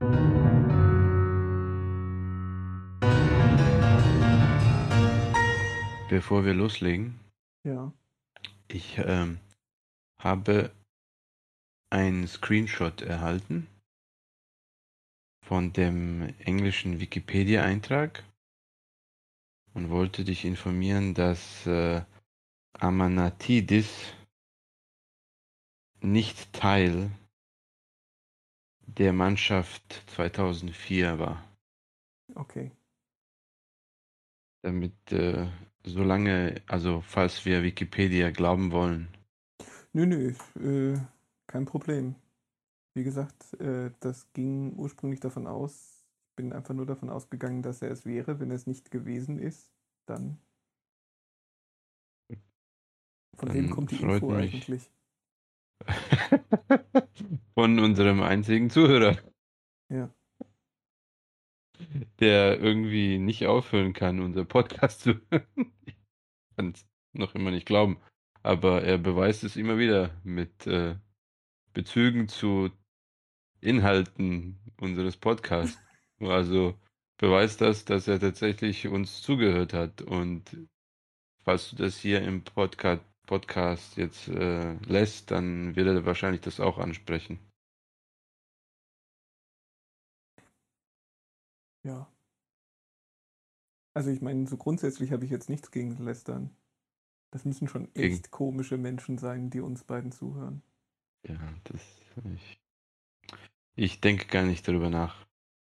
Bevor wir loslegen, Ja, ich habe einen Screenshot erhalten von dem englischen Wikipedia-Eintrag und wollte dich informieren, dass Amanatidis nicht Teil der Mannschaft 2004 war. okay. Damit, solange, also falls wir Wikipedia glauben wollen, Nö, nö, kein Problem. Wie gesagt, das ging ursprünglich davon aus, ich bin einfach nur davon ausgegangen, dass er es wäre. Wenn er es nicht gewesen ist, dann von wem dann kommt die freut Info mich eigentlich? von unserem einzigen Zuhörer, Ja, der irgendwie nicht aufhören kann, unser Podcast zu hören. Ich kann es noch immer nicht glauben. Aber er beweist es immer wieder mit Bezügen zu Inhalten unseres Podcasts. Also beweist das, dass er tatsächlich uns zugehört hat. Und falls du das hier im Podcast jetzt lässt, dann wird er wahrscheinlich das auch ansprechen. ja. Also ich meine, so grundsätzlich habe ich jetzt nichts gegen Lästern. Das müssen schon Gegen, echt komische Menschen sein, die uns beiden zuhören. ja, das, ich, ich denke gar nicht darüber nach.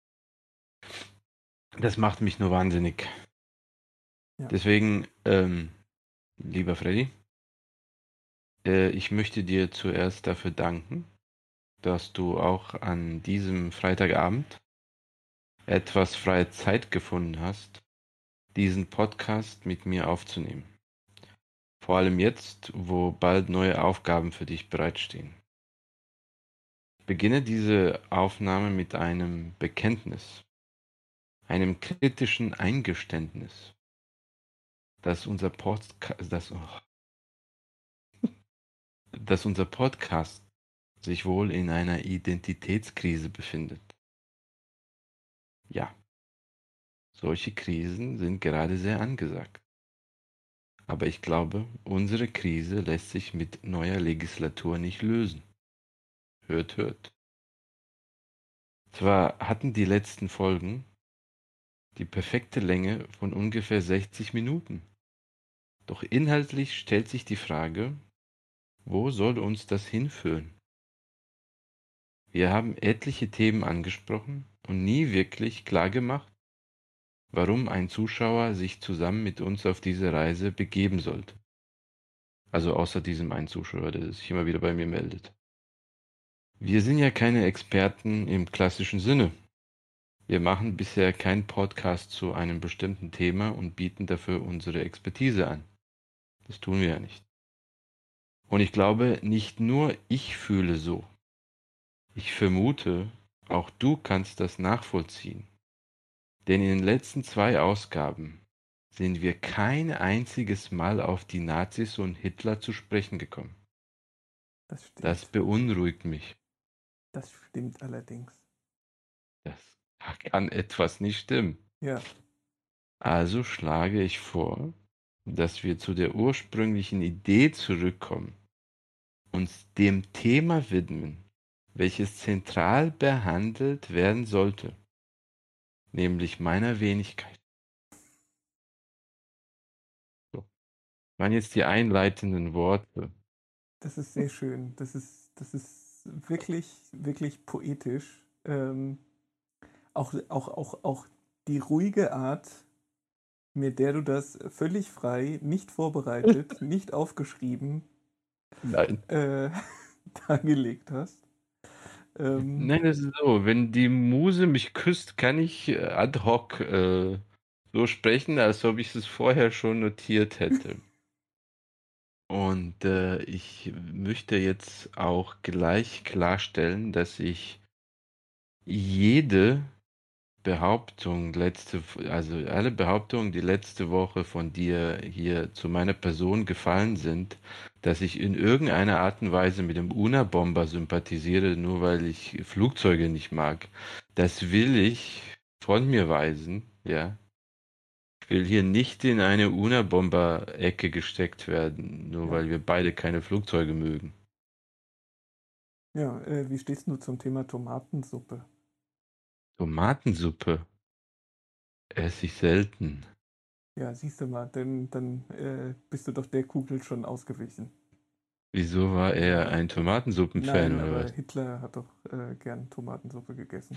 Das macht mich nur wahnsinnig. Ja, Deswegen, lieber Freddy, ich möchte dir zuerst dafür danken, dass du auch an diesem Freitagabend etwas freie Zeit gefunden hast, diesen Podcast mit mir aufzunehmen. Vor allem jetzt, wo bald neue Aufgaben für dich bereitstehen. Ich beginne diese Aufnahme mit einem Bekenntnis, einem kritischen Eingeständnis, dass unser dass unser Podcast sich wohl in einer Identitätskrise befindet. Ja, solche Krisen sind gerade sehr angesagt. Aber ich glaube, unsere Krise lässt sich mit neuer Legislatur nicht lösen. Hört, hört. Zwar hatten die letzten Folgen die perfekte Länge von ungefähr 60 Minuten, doch inhaltlich stellt sich die Frage, wo soll uns das hinführen? Wir haben etliche Themen angesprochen und nie wirklich klargemacht, warum ein Zuschauer sich zusammen mit uns auf diese Reise begeben sollte. Also außer diesem einen Zuschauer, der sich immer wieder bei mir meldet. Wir sind ja keine Experten im klassischen Sinne. Wir machen bisher keinen Podcast zu einem bestimmten Thema und bieten dafür unsere Expertise an. Das tun wir ja nicht. Und ich glaube, nicht nur ich fühle so. Ich vermute, auch du kannst das nachvollziehen. Denn in den letzten 2 Ausgaben sind wir kein einziges Mal auf die Nazis und Hitler zu sprechen gekommen. das Das stimmt. beunruhigt mich. Das stimmt allerdings. Das kann etwas nicht stimmen. Ja, Also schlage ich vor, dass wir zu der ursprünglichen Idee zurückkommen, uns dem Thema widmen, welches zentral behandelt werden sollte, nämlich meiner Wenigkeit. So, waren jetzt die einleitenden Worte. das ist sehr schön. Das ist wirklich, wirklich poetisch. Auch die ruhige Art, mit der du das völlig frei, nicht vorbereitet, nicht aufgeschrieben Nein. äh, dargelegt hast. Nein, das ist so. Wenn die Muse mich küsst, kann ich ad hoc so sprechen, als ob ich es vorher schon notiert hätte. Und ich möchte jetzt auch gleich klarstellen, dass ich jede also alle Behauptungen, die letzte Woche von dir hier zu meiner Person gefallen sind, dass ich in irgendeiner Art und Weise mit dem Unabomber sympathisiere, nur weil ich Flugzeuge nicht mag. Das will ich von mir weisen, ja. Ich will hier nicht in eine Unabomber-Ecke gesteckt werden, nur Ja. weil wir beide keine Flugzeuge mögen. Ja, wie stehst du zum Thema Tomatensuppe? Tomatensuppe esse ich selten. Ja, siehst du mal, denn dann bist du doch der Kugel schon ausgewichen. Wieso war er Ja, ein Tomatensuppenfan nein, oder aber was? Hitler hat doch gern Tomatensuppe gegessen.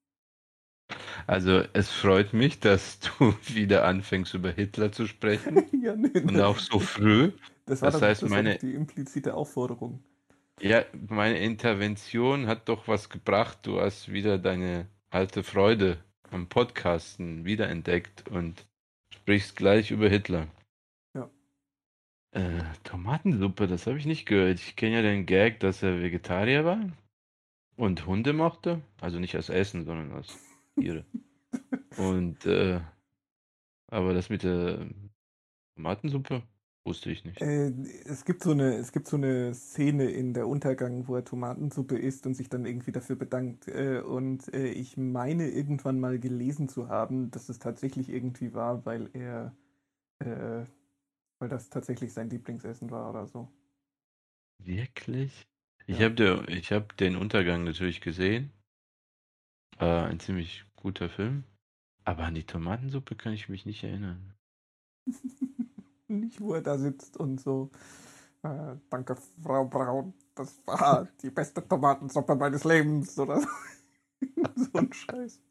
Also es freut mich, dass du wieder anfängst über Hitler zu sprechen Ja, nee, und auch so früh. Das heißt, das war doch die implizite Aufforderung. ja, meine Intervention hat doch was gebracht. Du hast wieder deine alte Freude am Podcasten wiederentdeckt und sprichst gleich über Hitler. Ja. Tomatensuppe, das habe ich nicht gehört. Ich kenne ja den Gag, dass er Vegetarier war und Hunde mochte. Also nicht als Essen, sondern als Tiere. Und, aber das mit der Tomatensuppe wusste ich nicht. Äh, es gibt so eine Szene in der Untergang, wo er Tomatensuppe isst und sich dann irgendwie dafür bedankt. Ich meine irgendwann mal gelesen zu haben, dass es tatsächlich irgendwie war, äh, weil das tatsächlich sein Lieblingsessen war oder so. Wirklich? Ja. Ich hab den Untergang natürlich gesehen. Ein ziemlich guter Film. Aber an die Tomatensuppe kann ich mich nicht erinnern. Nicht, wo er da sitzt und so. Danke, Frau Braun. Das war die beste Tomatensuppe meines Lebens oder so. So ein Scheiß.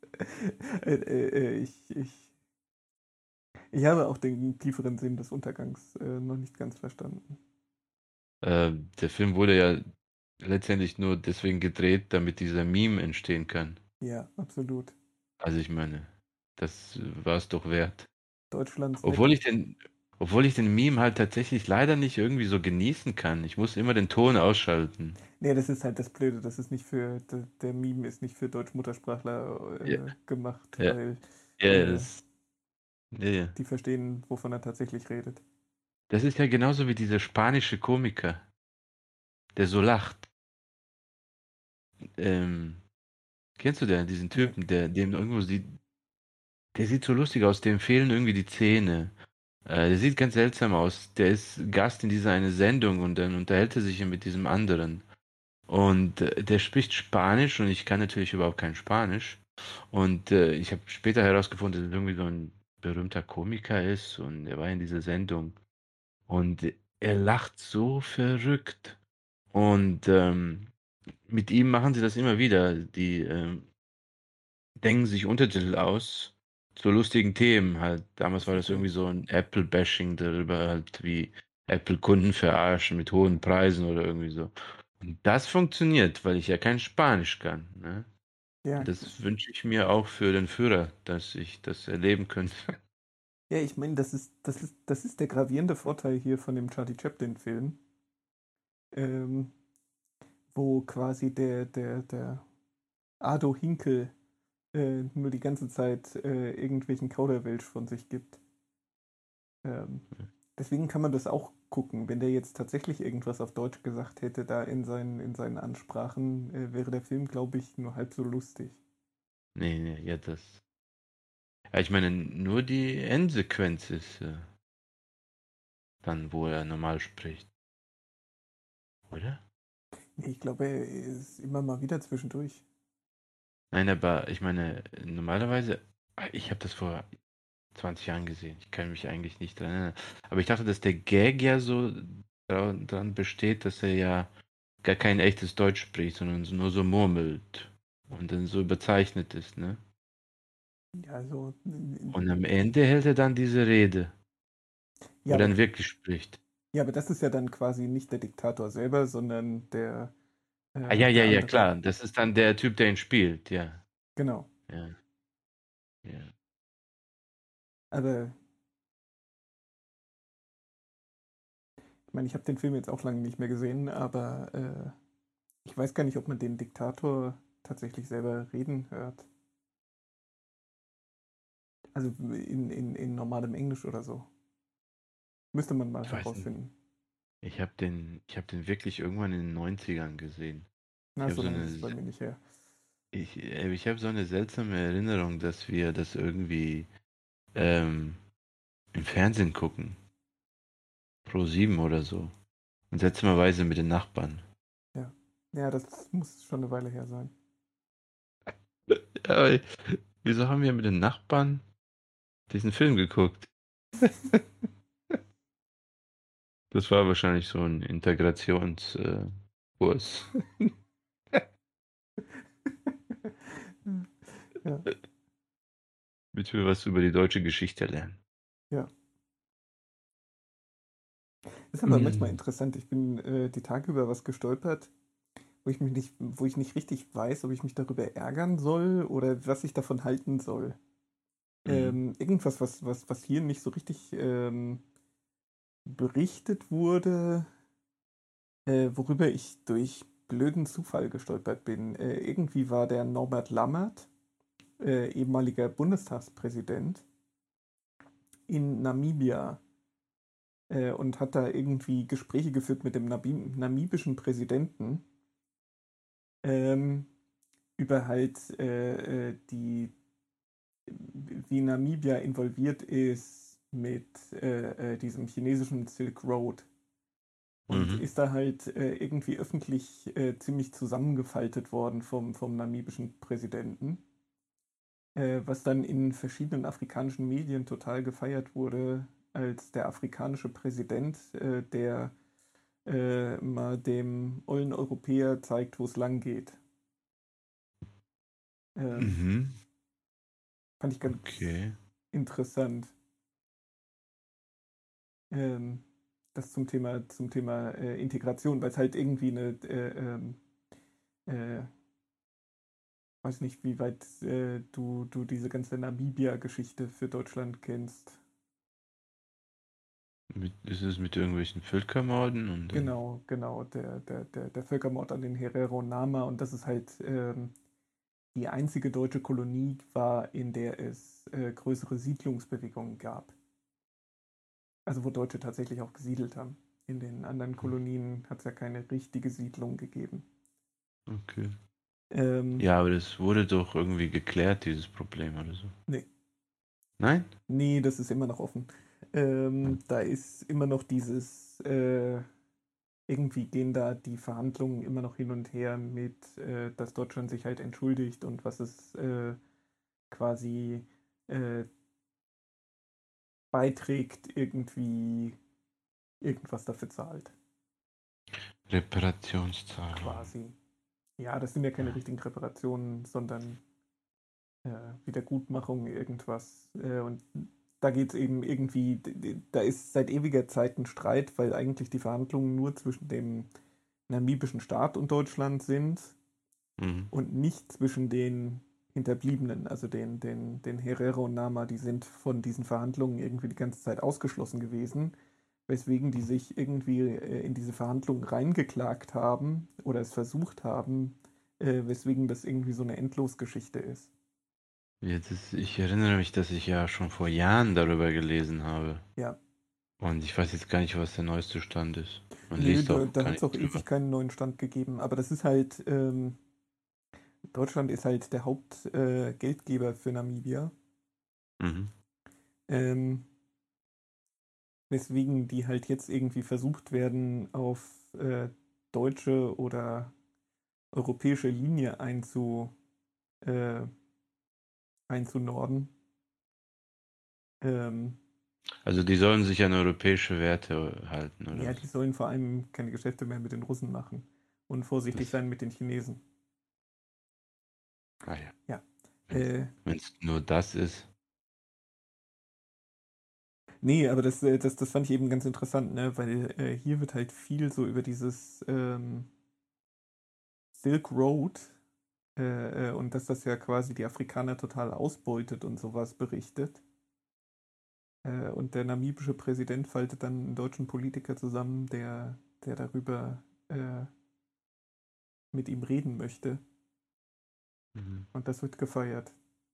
Ich habe auch den tieferen Sinn des Untergangs noch nicht ganz verstanden. Der Film wurde ja letztendlich nur deswegen gedreht, damit dieser Meme entstehen kann. Ja, absolut. Also ich meine, das war es doch wert. Deutschlands Obwohl Netto. ich den, obwohl ich den Meme halt tatsächlich leider nicht irgendwie so genießen kann. Ich muss immer den Ton ausschalten. Nee, das ist halt das Blöde. Das ist nicht für. Der Meme ist nicht für Ja, Deutsch-Muttersprachler gemacht, ja, weil ja, äh, ja. die verstehen, wovon er tatsächlich redet. Das ist ja genauso wie dieser spanische Komiker, der so lacht. Ähm, Kennst du den, diesen Nee. Typen, dem irgendwo sieht, der sieht so lustig aus, dem fehlen irgendwie die Zähne. Der sieht ganz seltsam aus. Der ist Gast in dieser eine Sendung und dann unterhält er sich ja mit diesem anderen. Und der spricht Spanisch und ich kann natürlich überhaupt kein Spanisch. Und ich habe später herausgefunden, dass er irgendwie so ein berühmter Komiker ist und er war in dieser Sendung. Und er lacht so verrückt. Und mit ihm machen sie das immer wieder. Die denken sich Untertitel aus zu lustigen Themen halt. Damals war das Sicher. irgendwie so ein Apple-Bashing darüber halt, wie Apple Kunden verarschen mit hohen Preisen oder irgendwie so. Und das funktioniert, weil ich ja kein Spanisch kann, ne? Ja, Und das wünsche ich mir auch für den Führer, dass ich das erleben könnte. ja, ich meine, das ist der gravierende Vorteil hier von dem Charlie Chaplin-Film, ähm, wo quasi der Ado Hinkel nur die ganze Zeit irgendwelchen Kauderwelsch von sich gibt. Ähm, Deswegen kann man das auch gucken. Wenn der jetzt tatsächlich irgendwas auf Deutsch gesagt hätte, da in seinen Ansprachen, wäre der Film, glaube ich, nur halb so lustig. Nee, nee, ja, ja, ich meine, nur die Endsequenz ist dann, wo er normal spricht, oder? Nee, ich glaube, er ist immer mal wieder zwischendurch. Nein, aber ich meine, normalerweise, ich habe das vor 20 Jahren gesehen. Ich kann mich eigentlich nicht dran erinnern. Aber ich dachte, dass der Gag ja so daran besteht, dass er ja gar kein echtes Deutsch spricht, sondern nur so murmelt und dann so überzeichnet ist, ne? Ja, also, Und am Ende hält er dann diese Rede, wo ja, er dann wirklich spricht. ja, aber das ist ja dann quasi nicht der Diktator selber, sondern Ah, ja, ja, der ja, andere. klar. Das ist dann der Typ, der ihn spielt, ja. Genau. Ja, ja. Aber ich meine, ich habe den Film jetzt auch lange nicht mehr gesehen, aber ich weiß gar nicht, ob man den Diktator tatsächlich selber reden hört. Also in normalem Englisch oder so. Müsste man mal Ich weiß nicht. herausfinden. Ich hab den wirklich irgendwann in den 90ern gesehen. Ich Na, habe so so lange ist eine, es bei mir nicht her. Ich habe so eine seltsame Erinnerung, dass wir das irgendwie ähm, im Fernsehen gucken. Pro 7 oder so. Und seltsamerweise mit den Nachbarn. Ja. Ja, das muss schon eine Weile her sein. Ja, aber wieso haben wir mit den Nachbarn diesen Film geguckt? Das war wahrscheinlich so ein Integrationskurs. Ja, Damit wir was über die deutsche Geschichte lernen. ja. Ist aber manchmal Mhm. interessant. Ich bin die Tage über was gestolpert, wo ich nicht richtig weiß, ob ich mich darüber ärgern soll oder was ich davon halten soll. Mhm. Irgendwas, was hier nicht so richtig berichtet wurde, worüber ich durch blöden Zufall gestolpert bin. Irgendwie war der Norbert Lammert, ehemaliger Bundestagspräsident, in Namibia und hat da irgendwie Gespräche geführt mit dem namibischen Präsidenten ähm, über halt wie Namibia involviert ist mit diesem chinesischen Silk Road und Mhm. ist da halt irgendwie öffentlich ziemlich zusammengefaltet worden vom namibischen Präsidenten, was dann in verschiedenen afrikanischen Medien total gefeiert wurde als der afrikanische Präsident, der mal dem ollen Europäer zeigt, wo es lang geht. Ähm, Mhm. Fand ich ganz Okay. interessant. Ähm, Das zum Thema Integration, weil es halt irgendwie äh, weiß nicht, wie weit du diese ganze Namibia-Geschichte für Deutschland kennst. Ist es mit irgendwelchen Völkermorden und dann. Genau, genau, der Völkermord an den Herero Nama und das ist halt die einzige deutsche Kolonie war, in der es größere Siedlungsbewegungen gab. Also wo Deutsche tatsächlich auch gesiedelt haben. In den anderen Kolonien hat es ja keine richtige Siedlung gegeben. Okay. Ähm, Ja, aber das wurde doch irgendwie geklärt, dieses Problem oder so. nee, Nein? nee, das ist immer noch offen. Da ist immer noch dieses, irgendwie gehen da die Verhandlungen immer noch hin und her mit, dass Deutschland sich halt entschuldigt und was es quasi äh, beiträgt, irgendwie irgendwas dafür zahlt. Reparationszahlung. Quasi. Ja, das sind ja keine richtigen Reparationen, sondern äh, Wiedergutmachung, irgendwas. Und da geht es eben irgendwie, da ist seit ewiger Zeit ein Streit, weil eigentlich die Verhandlungen nur zwischen dem namibischen Staat und Deutschland sind Mhm. und nicht zwischen den Hinterbliebenen, also den Herero und Nama, die sind von diesen Verhandlungen irgendwie die ganze Zeit ausgeschlossen gewesen, weswegen die sich irgendwie in diese Verhandlungen reingeklagt haben oder es versucht haben, weswegen das irgendwie so eine Endlosgeschichte ist. Ich erinnere mich, dass ich ja schon vor Jahren darüber gelesen habe. Ja, Und ich weiß jetzt gar nicht, was der neueste Stand ist. Man nö, liest da, auch da gar hat es nicht auch ewig drüber. keinen neuen Stand gegeben, aber das ist halt, Deutschland ist halt der Hauptgeldgeber Geldgeber für Namibia. Mhm. Ähm, Weswegen die halt jetzt irgendwie versucht werden, auf deutsche oder europäische Linie äh, einzunorden. Ähm, Also die sollen sich an europäische Werte halten, oder ja, was? die sollen vor allem keine Geschäfte mehr mit den Russen machen und vorsichtig Das, sein mit den Chinesen. ah ja, Ja. wenn Äh, es nur das ist. Nee, aber das fand ich eben ganz interessant, ne? Weil hier wird halt viel so über dieses Silk Road und dass das ja quasi die Afrikaner total ausbeutet und sowas berichtet. Und der namibische Präsident faltet dann einen deutschen Politiker zusammen, der darüber äh, mit ihm reden möchte. Mhm. Und das wird gefeiert.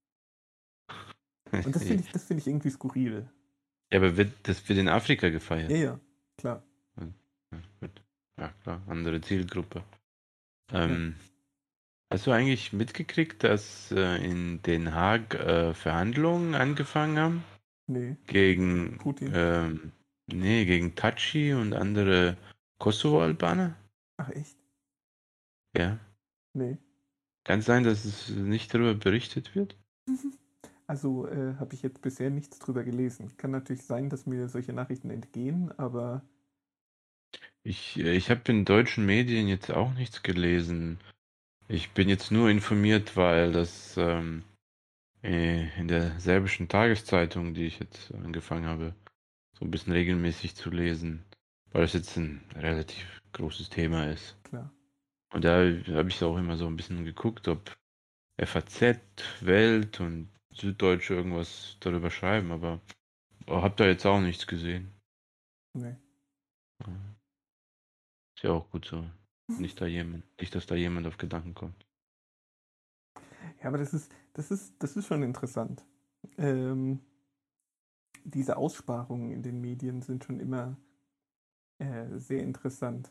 Und das finde ich irgendwie skurril. Ja, aber das wird in Afrika Ja, gefeiert? ja, klar. Ja, gut. Ja, klar, andere Zielgruppe. Ja. Ähm, Hast du eigentlich mitgekriegt, dass in Den Haag Verhandlungen angefangen haben Nee, gegen, Putin. nee, gegen Taci und andere Kosovo-Albaner? Ach echt? Ja. Nee. Kann es sein, dass es nicht darüber berichtet wird? Also habe ich jetzt bisher nichts drüber gelesen. Kann natürlich sein, dass mir solche Nachrichten entgehen, aber Ich habe in deutschen Medien jetzt auch nichts gelesen. Ich bin jetzt nur informiert, weil das in der serbischen Tageszeitung, die ich jetzt angefangen habe, so ein bisschen regelmäßig zu lesen, weil das jetzt ein relativ großes Thema ist. klar. Und da habe ich auch immer so ein bisschen geguckt, ob FAZ, Welt und Süddeutsche irgendwas darüber schreiben, aber habe da jetzt auch nichts gesehen. Nee. Ja, ist ja auch gut so. Nicht, dass da jemand auf Gedanken kommt. Ja, aber das ist schon interessant. Ähm, Diese Aussparungen in den Medien sind schon immer sehr interessant.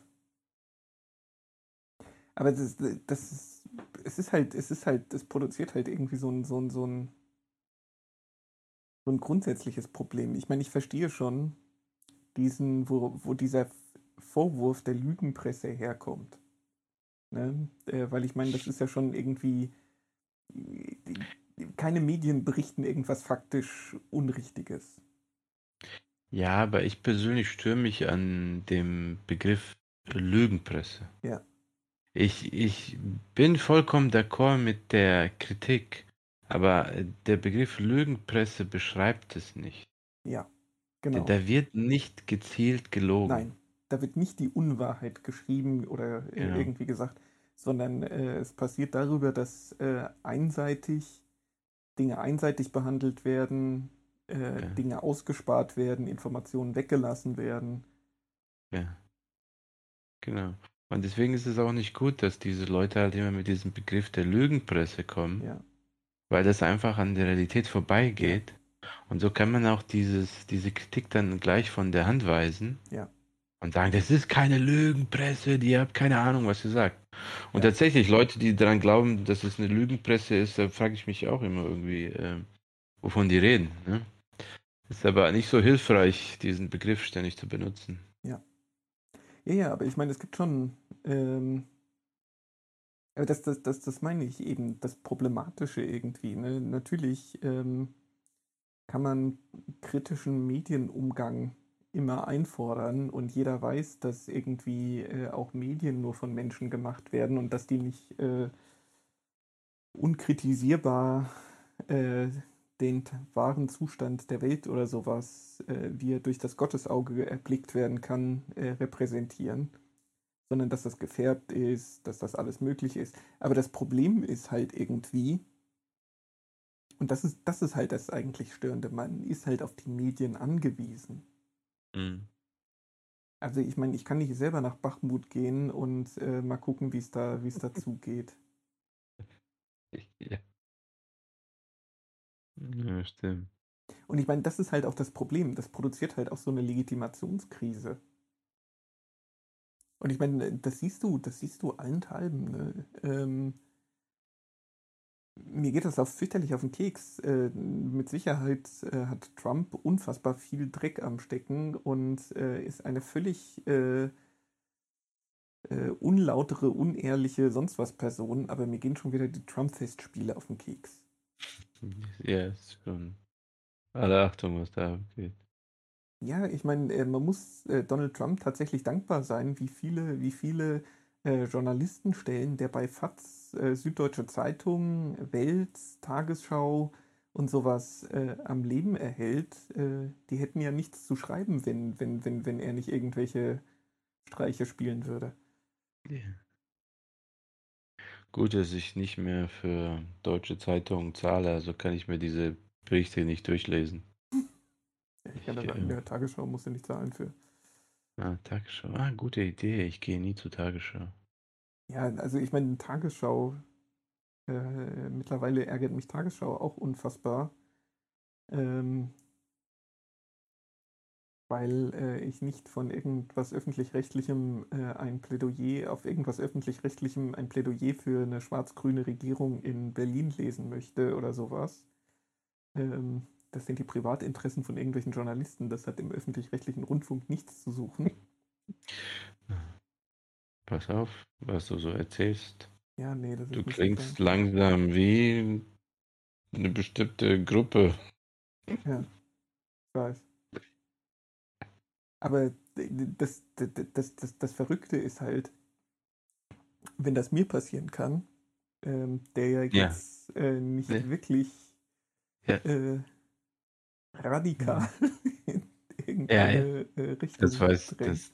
Aber es produziert halt irgendwie so ein grundsätzliches Problem. Ich meine, ich verstehe schon wo dieser Vorwurf der Lügenpresse herkommt. Ne? Weil ich meine, das ist ja schon irgendwie, keine Medien berichten irgendwas faktisch Unrichtiges. Ja, aber ich persönlich störe mich an dem Begriff Lügenpresse. Ja, Ich bin vollkommen d'accord mit der Kritik, aber der Begriff Lügenpresse beschreibt es nicht. ja, genau. Da wird nicht gezielt gelogen. Nein, da wird nicht die Unwahrheit geschrieben oder Genau. irgendwie gesagt, sondern es passiert darüber, dass Dinge einseitig behandelt werden, Ja, Dinge ausgespart werden, Informationen weggelassen werden. ja, genau. Und deswegen ist es auch nicht gut, dass diese Leute halt immer mit diesem Begriff der Lügenpresse kommen, Ja, weil das einfach an der Realität ja, vorbeigeht. Und so kann man auch diese Kritik dann gleich von der Hand weisen ja, und sagen, das ist keine Lügenpresse, die habt keine Ahnung, was ihr sagt. Und ja. tatsächlich, Leute, die daran glauben, dass es eine Lügenpresse ist, da frage ich mich auch immer irgendwie, wovon die reden. Ne? Ist aber nicht so hilfreich, diesen Begriff ständig zu benutzen. Ja, ja, ja, aber ich meine, es gibt schon, aber das meine ich eben, das Problematische irgendwie. Ne? Natürlich kann man kritischen Medienumgang immer einfordern und jeder weiß, dass irgendwie auch Medien nur von Menschen gemacht werden und dass die nicht unkritisierbar äh, den wahren Zustand der Welt oder sowas, wie er durch das Gottesauge erblickt werden kann, repräsentieren, sondern dass das gefärbt ist, dass das alles möglich ist. Aber das Problem ist halt irgendwie, und das ist halt das eigentlich Störende, man ist halt auf die Medien angewiesen. Mhm. Also ich meine, ich kann nicht selber nach Bachmut gehen und mal gucken, wie es da zugeht. Ja, ja, stimmt. Und ich meine, das ist halt auch das Problem. Das produziert halt auch so eine Legitimationskrise. Und ich meine, das siehst du allenthalben. Ne? Mir geht das auch fürchterlich auf den Keks. Mit Sicherheit hat Trump unfassbar viel Dreck am Stecken und ist eine völlig unlautere, unehrliche, sonst was Person. Aber mir gehen schon wieder die Trump-Festspiele auf den Keks. Ja, ist schon. Alle Achtung, was da abgeht. Ja, ich meine, man muss Donald Trump tatsächlich dankbar sein, wie viele Journalistenstellen der bei FAZ, Süddeutsche Zeitung, Welt, Tagesschau und sowas am Leben erhält. Die hätten ja nichts zu schreiben, wenn er nicht irgendwelche Streiche spielen würde. Ja. Gut, dass ich nicht mehr für deutsche Zeitungen zahle, also kann ich mir diese Berichte nicht durchlesen. Ja, ich kann da Ich, sagen, der Tagesschau muss ja nicht zahlen für. Tagesschau. Ah, gute Idee. Ich gehe nie zur Tagesschau. Ja, also ich meine, Tagesschau, mittlerweile ärgert mich Tagesschau auch unfassbar. Ähm, weil ich nicht von irgendwas Öffentlich-Rechtlichem auf irgendwas Öffentlich-Rechtlichem ein Plädoyer für eine schwarz-grüne Regierung in Berlin lesen möchte oder sowas. Das sind die Privatinteressen von irgendwelchen Journalisten. Das hat im öffentlich-rechtlichen Rundfunk nichts zu suchen. Pass auf, was du so erzählst. Ja, nee, das Du ist nicht so fein. klingst langsam wie eine bestimmte Gruppe. Ja, ich weiß. Aber das Verrückte ist halt, wenn das mir passieren kann, der ja Ja, jetzt nicht ne, wirklich ja, äh, radikal mhm. in Ja, ja. irgendeine Das Richtung weiß, drängt.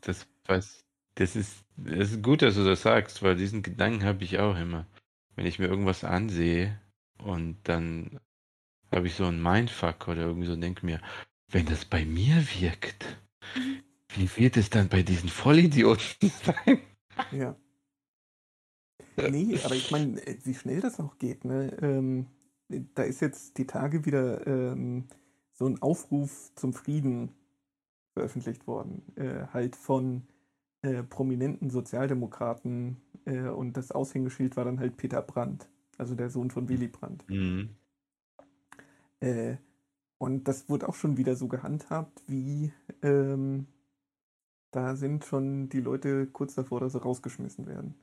das ist gut, dass du das sagst, weil diesen Gedanken habe ich auch immer. Wenn ich mir irgendwas ansehe und dann habe ich so einen Mindfuck oder irgendwie so und denke mir, wenn das bei mir wirkt, wie wird es dann bei diesen Vollidioten sein? Ja. Nee, aber ich meine, wie schnell das auch geht, ne? Da ist jetzt die Tage wieder so ein Aufruf zum Frieden veröffentlicht worden. Halt von prominenten Sozialdemokraten und das Aushängeschild war dann halt Peter Brandt, also der Sohn von Willy Brandt. Mhm. Äh, und das wurde auch schon wieder so gehandhabt, wie ähm, da sind schon die Leute kurz davor, dass sie rausgeschmissen werden.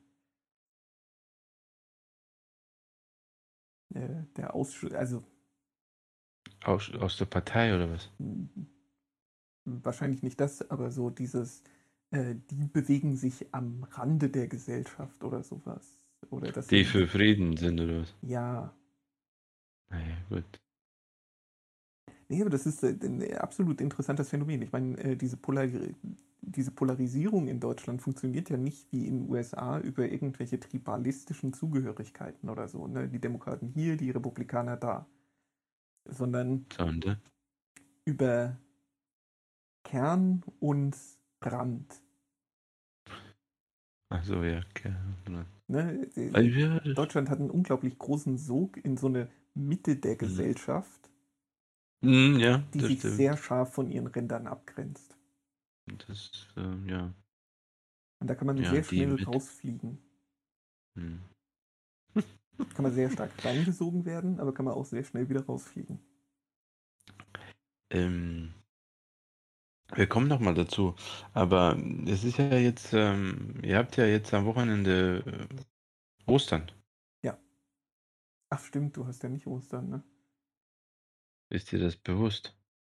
Der Ausschuss, also Aus der Partei oder was? wahrscheinlich nicht das, aber so dieses, die bewegen sich am Rande der Gesellschaft oder sowas. Oder das Die sind, für Frieden sind oder was? ja, Naja, gut. nee, aber das ist ein absolut interessantes Phänomen. Ich meine, diese Polarisierung in Deutschland funktioniert ja nicht wie in den USA über irgendwelche tribalistischen Zugehörigkeiten oder so. Ne? Die Demokraten hier, die Republikaner da. Sondern Sonde. über Kern und Rand. Ach so, ja, okay. Ne? Weil wir, Deutschland hat einen unglaublich großen Sog in so eine Mitte der mhm. Gesellschaft, Ja, die das sich sehr stimmt. scharf von ihren Rändern abgrenzt. Das, ja, Und da kann man ja, sehr die schnell mit. rausfliegen. Hm. Kann man sehr stark reingesogen werden, aber kann man auch sehr schnell wieder rausfliegen. Ähm, Wir kommen noch mal dazu. Aber es ist ja jetzt, ihr habt ja jetzt am Wochenende Ostern. Ja. Ach stimmt, du hast ja nicht Ostern, ne? Ist dir das bewusst?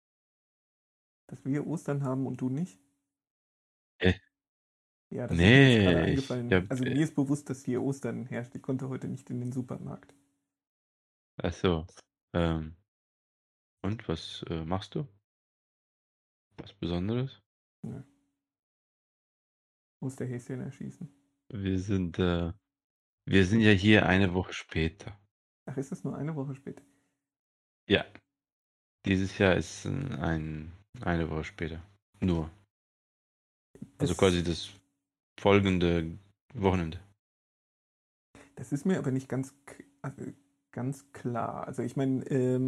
Dass wir Ostern haben und du nicht? Äh, Ja, das ist mir jetzt gerade nee, ich eingefallen. hab, Also mir ist bewusst, dass hier Ostern herrscht. Ich konnte heute nicht in den Supermarkt. ach so. Ähm, und was machst du? Was Besonderes? Ne, Osterhäschen erschießen. Wir sind, äh, wir sind ja hier eine Woche später. Ach, ist das nur eine Woche später? Ja, dieses Jahr ist eine Woche später. Nur. Also Das, quasi das folgende Wochenende. das ist mir aber nicht ganz klar. Also ich meine,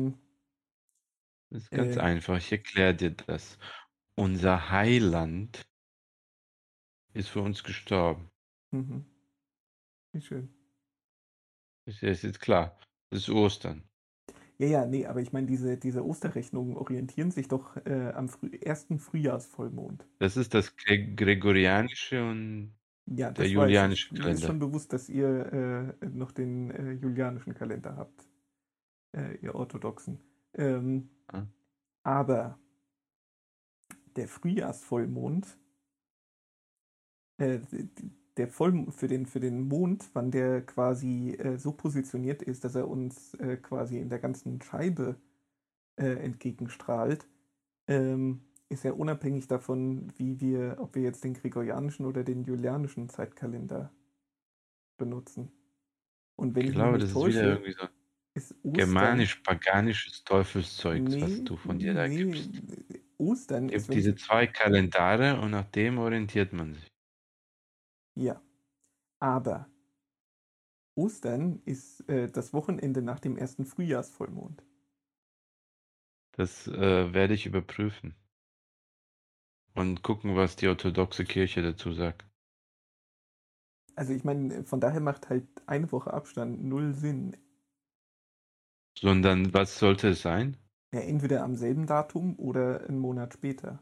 Das ist ganz äh, einfach. Ich erkläre dir das. Unser Heiland ist für uns gestorben. mhm, wie schön. Ist jetzt klar. Das ist Ostern. Ja, ja, nee, aber ich meine, diese Osterrechnungen orientieren sich doch am ersten Frühjahrsvollmond. Das ist das Gregorianische und Ja, der das weiß ich. julianische Mir ist Kalender. schon bewusst, dass ihr noch den julianischen Kalender habt, ihr Orthodoxen. Ähm, Ja, aber der Frühjahrsvollmond, äh, für den Mond, wann der quasi so positioniert ist, dass er uns quasi in der ganzen Scheibe entgegenstrahlt, ist ja unabhängig davon, ob wir jetzt den gregorianischen oder den julianischen Zeitkalender benutzen. Und wenn ich ich mich glaube, nicht das ist wieder täusche, irgendwie so ist Ostern, germanisch-paganisches Teufelszeugs, was nee, du von dir da nee, gibst. Ostern ist, Gibt wenn ich, diese zwei Kalendare und nach dem orientiert man sich. ja, aber Ostern ist das Wochenende nach dem ersten Frühjahrsvollmond. Das werde ich überprüfen. und gucken, was die orthodoxe Kirche dazu sagt. Also ich meine, von daher macht halt eine Woche Abstand null Sinn. Sondern was sollte es sein? Ja, entweder am selben Datum oder einen Monat später.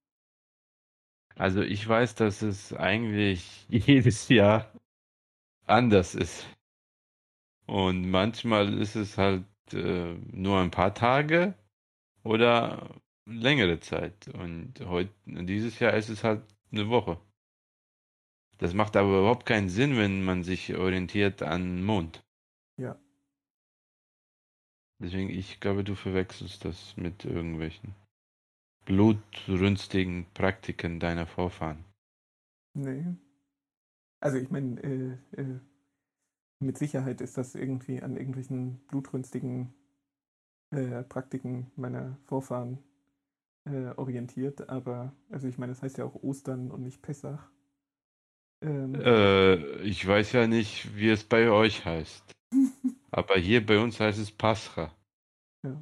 Also ich weiß, dass es eigentlich jedes Jahr anders ist. Und manchmal ist es halt nur ein paar Tage oder längere Zeit. Und dieses Jahr ist es halt eine Woche. Das macht aber überhaupt keinen Sinn, wenn man sich orientiert an Mond. Ja, Deswegen, ich glaube, du verwechselst das mit irgendwelchen blutrünstigen Praktiken deiner Vorfahren. nee. Also ich meine, mit Sicherheit ist das irgendwie an irgendwelchen blutrünstigen Praktiken meiner Vorfahren orientiert, aber also ich meine, das heißt ja auch Ostern und nicht Pessach. Ähm, Ich weiß ja nicht, wie es bei euch heißt. Aber hier bei uns heißt es Pascha. ja.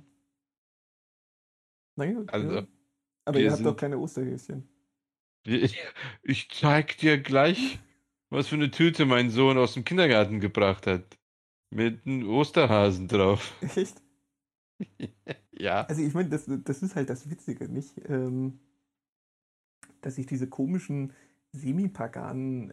Naja, ja. Also, Aber ihr wir habt doch sind. keine Osterhäschen. Ich zeig dir gleich, was für eine Tüte mein Sohn aus dem Kindergarten gebracht hat. Mit einem Osterhasen drauf. Echt? Ja. Also ich meine, das ist halt das Witzige, nicht? Dass sich diese komischen semi-paganen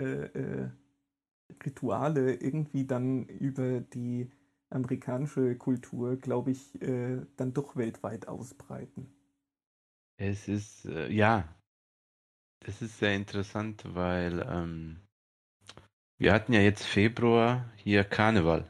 Rituale irgendwie dann über die amerikanische Kultur, glaube ich, dann doch weltweit ausbreiten. Es ist, ja, das ist sehr interessant, weil wir hatten ja jetzt Februar hier Karneval.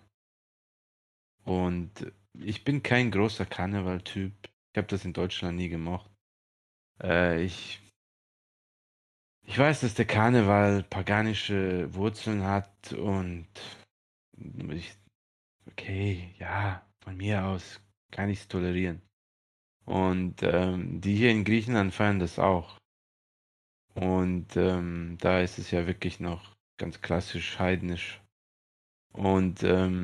Und ich bin kein großer Karneval-Typ. Ich habe das in Deutschland nie gemocht. Ich weiß, dass der Karneval paganische Wurzeln hat und ich, okay, ja, von mir aus kann ich es tolerieren. Und die hier in Griechenland feiern das auch. Und da ist es ja wirklich noch ganz klassisch heidnisch. Und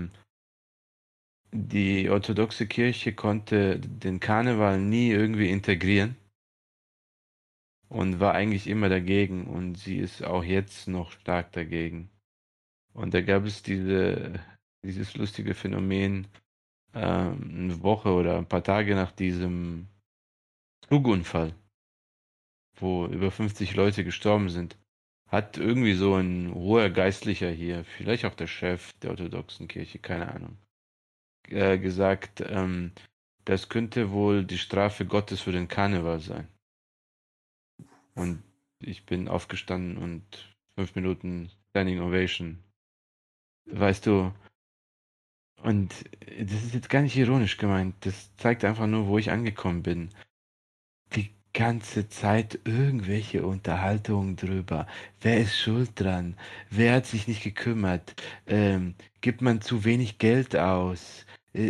die orthodoxe Kirche konnte den Karneval nie irgendwie integrieren und war eigentlich immer dagegen. Und sie ist auch jetzt noch stark dagegen. Und da gab es dieses lustige Phänomen, eine Woche oder ein paar Tage nach diesem Zugunfall, wo über 50 Leute gestorben sind, hat irgendwie so ein hoher Geistlicher hier, vielleicht auch der Chef der orthodoxen Kirche, keine Ahnung, gesagt, das könnte wohl die Strafe Gottes für den Karneval sein. Und ich bin aufgestanden und 5 Minuten Standing Ovation, weißt du, und das ist jetzt gar nicht ironisch gemeint, das zeigt einfach nur, wo ich angekommen bin. Die ganze Zeit irgendwelche Unterhaltungen drüber. Wer ist schuld dran? Wer hat sich nicht gekümmert? Gibt man zu wenig Geld aus?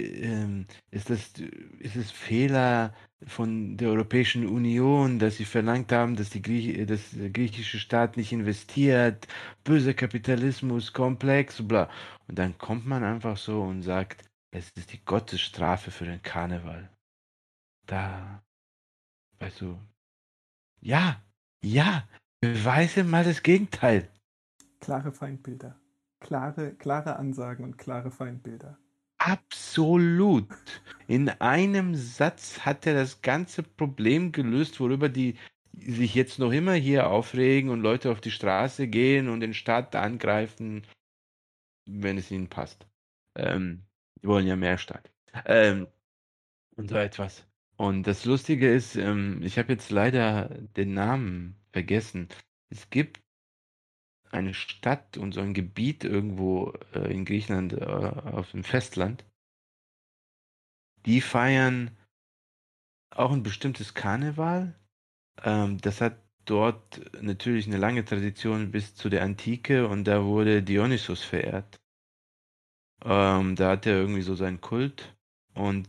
Ist es Fehler von der Europäischen Union, dass sie verlangt haben, dass der griechische Staat nicht investiert? Böser Kapitalismus, komplex, bla. Und dann kommt man einfach so und sagt, es ist die Gottesstrafe für den Karneval. Da, weißt du, ja, ja, beweise mal das Gegenteil. Klare Feindbilder. Klare Ansagen und klare Feindbilder. Absolut. In einem Satz hat er das ganze Problem gelöst, worüber die sich jetzt noch immer hier aufregen und Leute auf die Straße gehen und den Staat angreifen, wenn es ihnen passt. Die wollen ja mehr Staat. Ähm, und so etwas. Und das Lustige ist, ich habe jetzt leider den Namen vergessen. Es gibt eine Stadt und so ein Gebiet irgendwo in Griechenland auf dem Festland, die feiern auch ein bestimmtes Karneval. Das hat dort natürlich eine lange Tradition bis zu der Antike und da wurde Dionysos verehrt. Da hat er irgendwie so seinen Kult und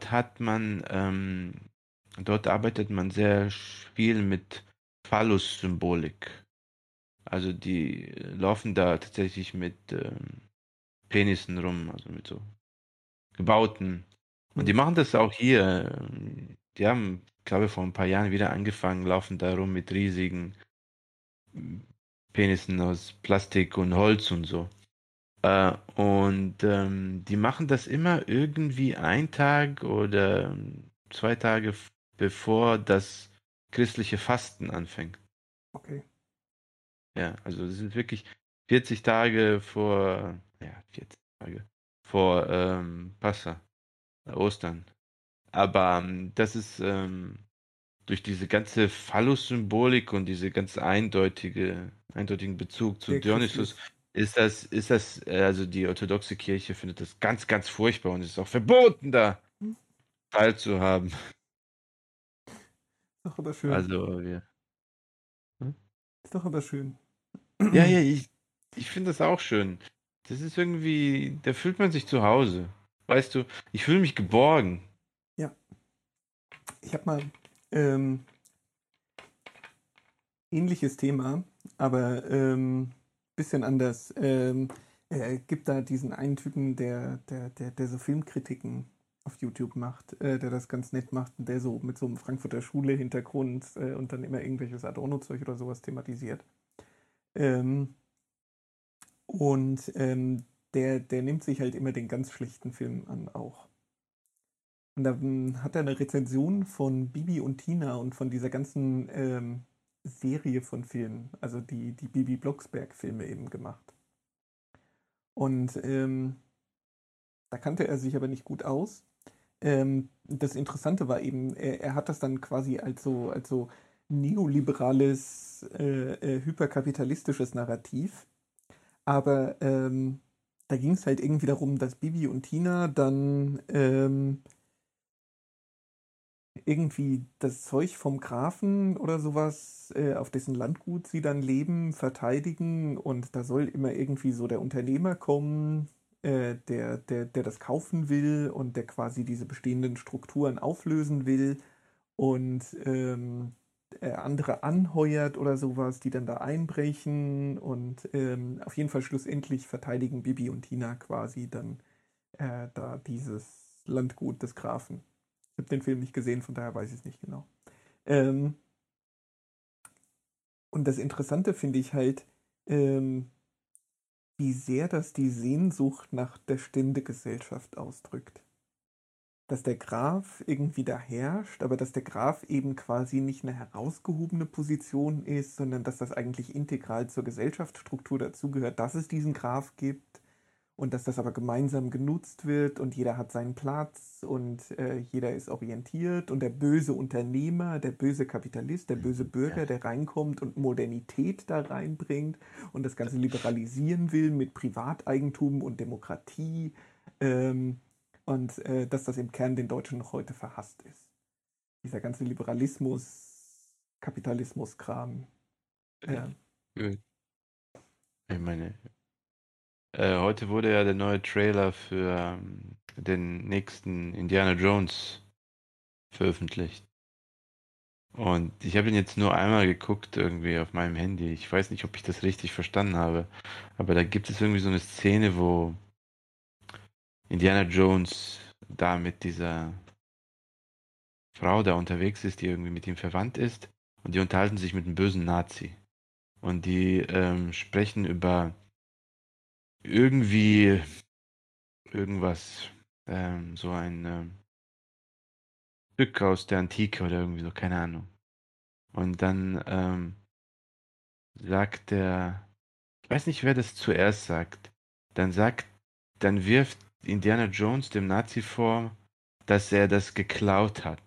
dort arbeitet man sehr viel mit Phallus-Symbolik. Also die laufen da tatsächlich mit Penissen rum, also mit so gebauten. Und die Hm. machen das auch hier. die haben, glaube ich, vor ein paar Jahren wieder angefangen, laufen da rum mit riesigen Penissen aus Plastik und Holz und so. Und die machen das immer irgendwie ein Tag oder 2 Tage bevor das christliche Fasten anfängt. Okay. Ja, also es sind wirklich 40 Tage vor, ja, 40 Tage vor Passa, Ostern. Aber das ist durch diese ganze Phallus-Symbolik und diese ganz eindeutigen Bezug zu Sehr Dionysus christlich. also die orthodoxe Kirche findet das ganz, ganz furchtbar und es ist auch verboten, da Hm, teilzuhaben. Ist doch aber schön. Also, wir. Hm? Ist doch aber schön. Ja, ja, ich finde das auch schön. Das ist irgendwie, da fühlt man sich zu Hause. Weißt du, ich fühle mich geborgen. Ja, ich habe mal ähm, ähnliches Thema, aber bisschen anders. Gibt da diesen einen Typen, der so Filmkritiken auf YouTube macht, der das ganz nett macht und der so mit so einem Frankfurter Schule-Hintergrund und dann immer irgendwelches Adorno-Zeug oder sowas thematisiert. Ähm, und der nimmt sich halt immer den ganz schlechten Film an auch. Und dann hat er eine Rezension von Bibi und Tina und von dieser ganzen Serie von Filmen, also die Bibi Blocksberg-Filme eben gemacht. Und da kannte er sich aber nicht gut aus. Das Interessante war eben, er hat das dann quasi als so neoliberales, hyperkapitalistisches Narrativ. Aber da ging es halt irgendwie darum, dass Bibi und Tina dann irgendwie das Zeug vom Grafen oder sowas, auf dessen Landgut sie dann leben, verteidigen und da soll immer irgendwie so der Unternehmer kommen, der das kaufen will und der quasi diese bestehenden Strukturen auflösen will und andere anheuert oder sowas, die dann da einbrechen und auf jeden Fall schlussendlich verteidigen Bibi und Tina quasi dann da dieses Landgut des Grafen. Ich habe den Film nicht gesehen, von daher weiß ich es nicht genau. Ähm, und das Interessante finde ich halt, ähm, wie sehr das die Sehnsucht nach der Ständegesellschaft ausdrückt. Dass der Graf irgendwie da herrscht, aber dass der Graf eben quasi nicht eine herausgehobene Position ist, sondern dass das eigentlich integral zur Gesellschaftsstruktur dazugehört, dass es diesen Graf gibt und dass das aber gemeinsam genutzt wird und jeder hat seinen Platz und jeder ist orientiert und der böse Unternehmer, der böse Kapitalist, der böse Ja, Bürger, der reinkommt und Modernität da reinbringt und das Ganze liberalisieren will mit Privateigentum und Demokratie und dass das im Kern den Deutschen noch heute verhasst ist. Dieser ganze Liberalismus, Kapitalismus-Kram. ja, Äh, gut. Ich meine, heute wurde ja der neue Trailer für den nächsten Indiana Jones veröffentlicht. Und ich habe ihn jetzt nur einmal geguckt, irgendwie auf meinem Handy. Ich weiß nicht, ob ich das richtig verstanden habe. Aber da gibt es irgendwie so eine Szene, wo Indiana Jones da mit dieser Frau da unterwegs ist, die irgendwie mit ihm verwandt ist. Und die unterhalten sich mit einem bösen Nazi. Und die sprechen über irgendwie irgendwas, so ein Stück aus der Antike oder irgendwie so, keine Ahnung. Und dann sagt der, ich weiß nicht, wer das zuerst sagt, dann sagt, dann wirft Indiana Jones dem Nazi vor, dass er das geklaut hat.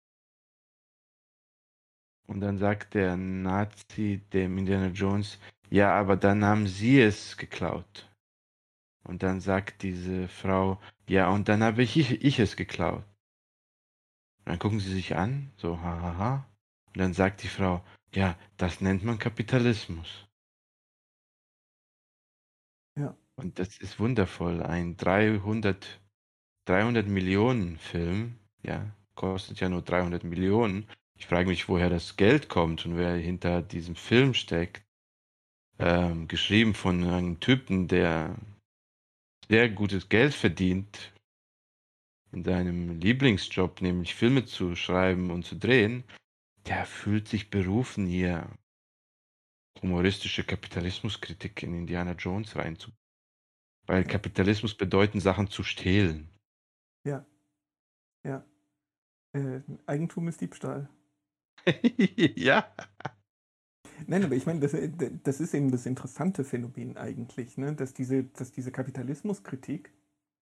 Und dann sagt der Nazi dem Indiana Jones, ja, aber dann haben sie es geklaut. Und dann sagt diese Frau, ja, und dann habe ich es geklaut. Und dann gucken sie sich an, so, hahaha. Und dann sagt die Frau, ja, das nennt man Kapitalismus. ja, Und das ist wundervoll. Ein 300 Millionen Film, ja, kostet ja nur 300 Millionen. Ich frage mich, woher das Geld kommt und wer hinter diesem Film steckt. Geschrieben von einem Typen, der sehr gutes Geld verdient in seinem Lieblingsjob, nämlich Filme zu schreiben und zu drehen, der fühlt sich berufen, hier humoristische Kapitalismuskritik in Indiana Jones reinzu. Weil Ja, Kapitalismus bedeuten, Sachen zu stehlen. ja, ja. Eigentum ist Diebstahl. Ja. Nein, aber ich meine, das ist eben das interessante Phänomen eigentlich, ne? Dass diese Kapitalismuskritik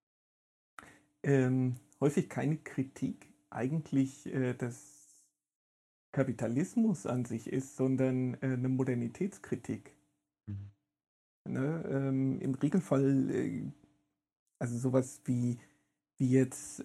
häufig keine Kritik eigentlich des Kapitalismus an sich ist, sondern eine Modernitätskritik. Ne? Im Regelfall, also sowas wie jetzt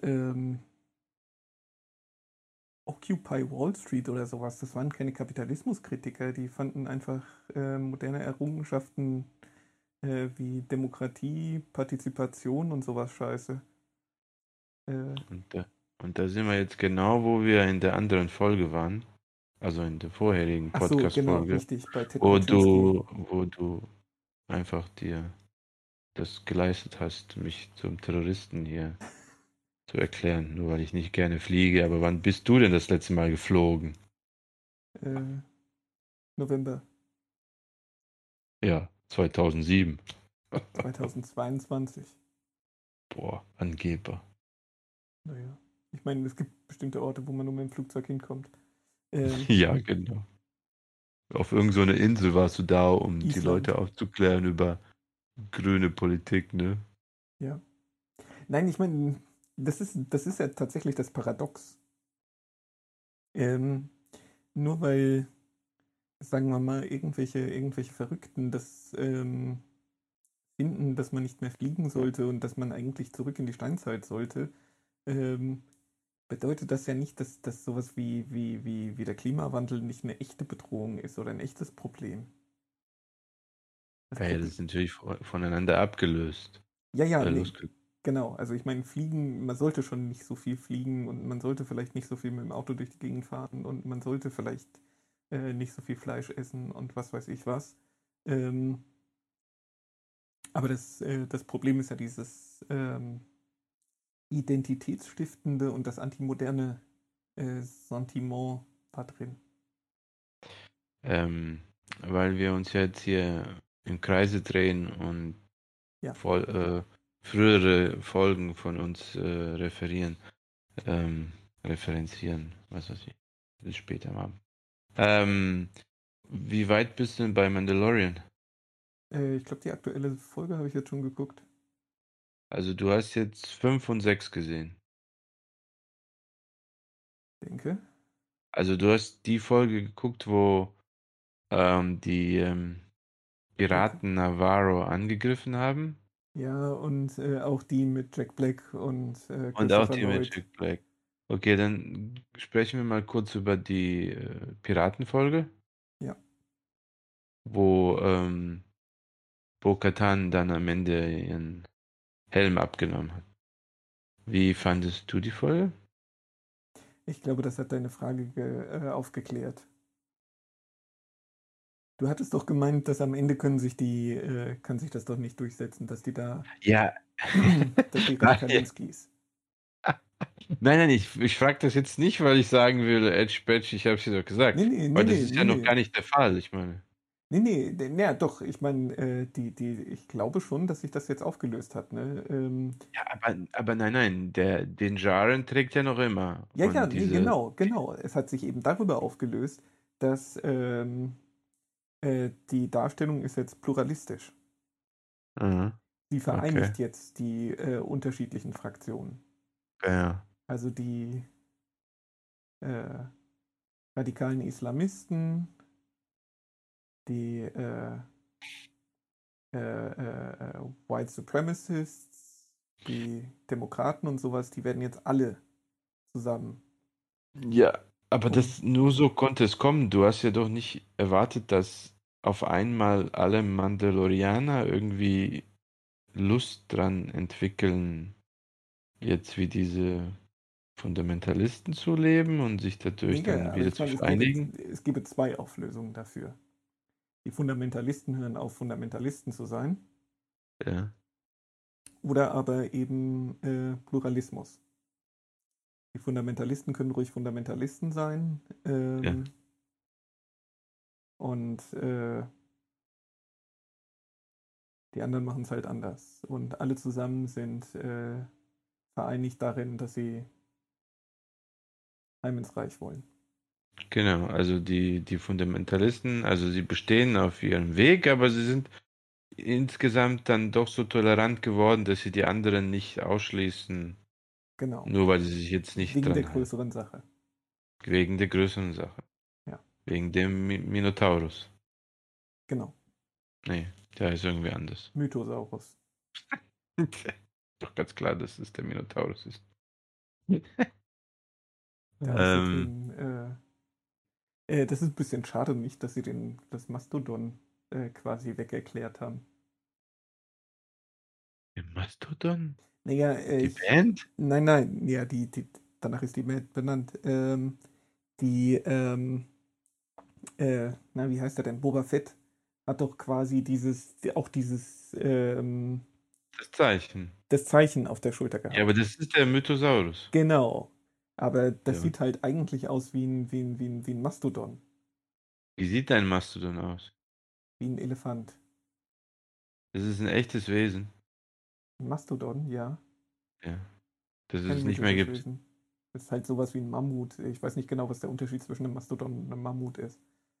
Occupy Wall Street oder sowas, das waren keine Kapitalismuskritiker, die fanden einfach moderne Errungenschaften wie Demokratie, Partizipation und sowas scheiße. Äh, Und da sind wir jetzt genau, wo wir in der anderen Folge waren, also in der vorherigen ach so, genau, Podcast-Folge, richtig, bei Ted wo Kaczynski. du einfach dir das geleistet hast, mich zum Terroristen hier zu erklären, nur weil ich nicht gerne fliege. Aber wann bist du denn das letzte Mal geflogen? Äh, November Ja, 2007. 2022. Boah, Angeber. Naja, ich meine, es gibt bestimmte Orte, wo man nur mit dem Flugzeug hinkommt. Ähm, Ja, genau. Auf irgend so eine Insel warst du da, um die Island, Leute aufzuklären über grüne Politik, ne? ja. Nein, ich meine, das ist ja tatsächlich das Paradox. Ähm, nur weil, sagen wir mal, irgendwelche Verrückten das finden, dass man nicht mehr fliegen sollte und dass man eigentlich zurück in die Steinzeit sollte, ähm, bedeutet das ja nicht, dass sowas wie der Klimawandel nicht eine echte Bedrohung ist oder ein echtes Problem. Das Ja, das Problem. ist natürlich voneinander abgelöst. Ja, ja, nee, Losge genau. Also ich meine, fliegen, man sollte schon nicht so viel fliegen und man sollte vielleicht nicht so viel mit dem Auto durch die Gegend fahren und man sollte vielleicht nicht so viel Fleisch essen und was weiß ich was. Ähm, aber das Problem ist ja dieses Identitätsstiftende und das antimoderne Sentiment da drin. ähm, weil wir uns jetzt hier im Kreise drehen und Ja, voll, frühere Folgen von uns referenzieren, was weiß ich, bis später mal. Ähm, wie weit bist du denn bei Mandalorian? ich glaube, die aktuelle Folge habe ich jetzt schon geguckt. Also du hast jetzt 5 und 6 gesehen. Denke. Also du hast die Folge geguckt, wo die Jack. Piraten Navarro angegriffen haben. Ja, und auch die mit Jack Black und Und auch Christopher die mit Lloyd. Jack Black. Okay, dann sprechen wir mal kurz über die Piratenfolge, Ja. wo Bo-Katan dann am Ende ihren Helm abgenommen hat. Wie fandest du die Folge? Ich glaube, das hat deine Frage aufgeklärt. Du hattest doch gemeint, dass am Ende kann sich das doch nicht durchsetzen, dass die da, Ja, dass die nein, Kalinskis. nein, ich frage das jetzt nicht, weil ich sagen will, Edge Badge, ich habe es dir doch Nee, gesagt. nee, nee, Weil das nee, ist nee, ja noch nee. gar nicht der Fall, ich meine. Nee, nee, ja, doch, ich meine, ich glaube schon, dass sich das jetzt aufgelöst hat, ne? Ja, aber nein, den Jaren trägt er noch immer. Ja, ja, Und nee, diese, genau, genau. Es hat sich eben darüber aufgelöst, dass die Darstellung ist jetzt pluralistisch. aha, Sie okay, vereinigt jetzt die unterschiedlichen Fraktionen. ja. Also die äh, radikalen Islamisten, die White Supremacists, die Demokraten und sowas, die werden jetzt alle zusammen. Ja, aber Und das nur so konnte es kommen. Du hast ja doch nicht erwartet, dass auf einmal alle Mandalorianer irgendwie Lust dran entwickeln, jetzt wie diese Fundamentalisten zu leben und sich dadurch nee, dann aber wieder ich zu meine, vereinigen. es gäbe zwei Auflösungen dafür. Die Fundamentalisten hören auf, Fundamentalisten zu sein, Ja. oder aber eben Pluralismus. Die Fundamentalisten können ruhig Fundamentalisten sein. Ja, Und die anderen machen es halt anders. Und alle zusammen sind vereinigt darin, dass sie heim ins Reich wollen. genau. Also die Fundamentalisten, also sie bestehen auf ihrem Weg, aber sie sind insgesamt dann doch so tolerant geworden, dass sie die anderen nicht ausschließen, Genau. nur weil sie sich jetzt nicht Wegen der dran halten. größeren Sache. Wegen der größeren Sache. Ja, Wegen dem Minotaurus. genau. Nee, der ist irgendwie anders. Mythosaurus. Doch ganz klar, dass es der Minotaurus ist. Ja, Ähm, außerdem, das ist ein bisschen schade nicht, dass sie das Mastodon quasi wegerklärt haben. der Mastodon? Naja, Die Band? nein, ja, danach ist die Band benannt. Die, na, wie heißt er denn? Boba Fett hat doch quasi Das Zeichen. das Zeichen auf der Schulter Ja, aber gehabt. das ist der Mythosaurus. Genau. Aber das Ja. sieht halt eigentlich aus wie ein Mastodon, Wie sieht dein Mastodon aus? wie ein Elefant. Das ist ein echtes Wesen. Ein Mastodon, ja, Ja. Dass kein es nicht mehr mythisches gibt. Wesen. Das ist halt sowas wie ein Mammut. Ich weiß nicht genau, was der Unterschied zwischen einem Mastodon und einem Mammut ist.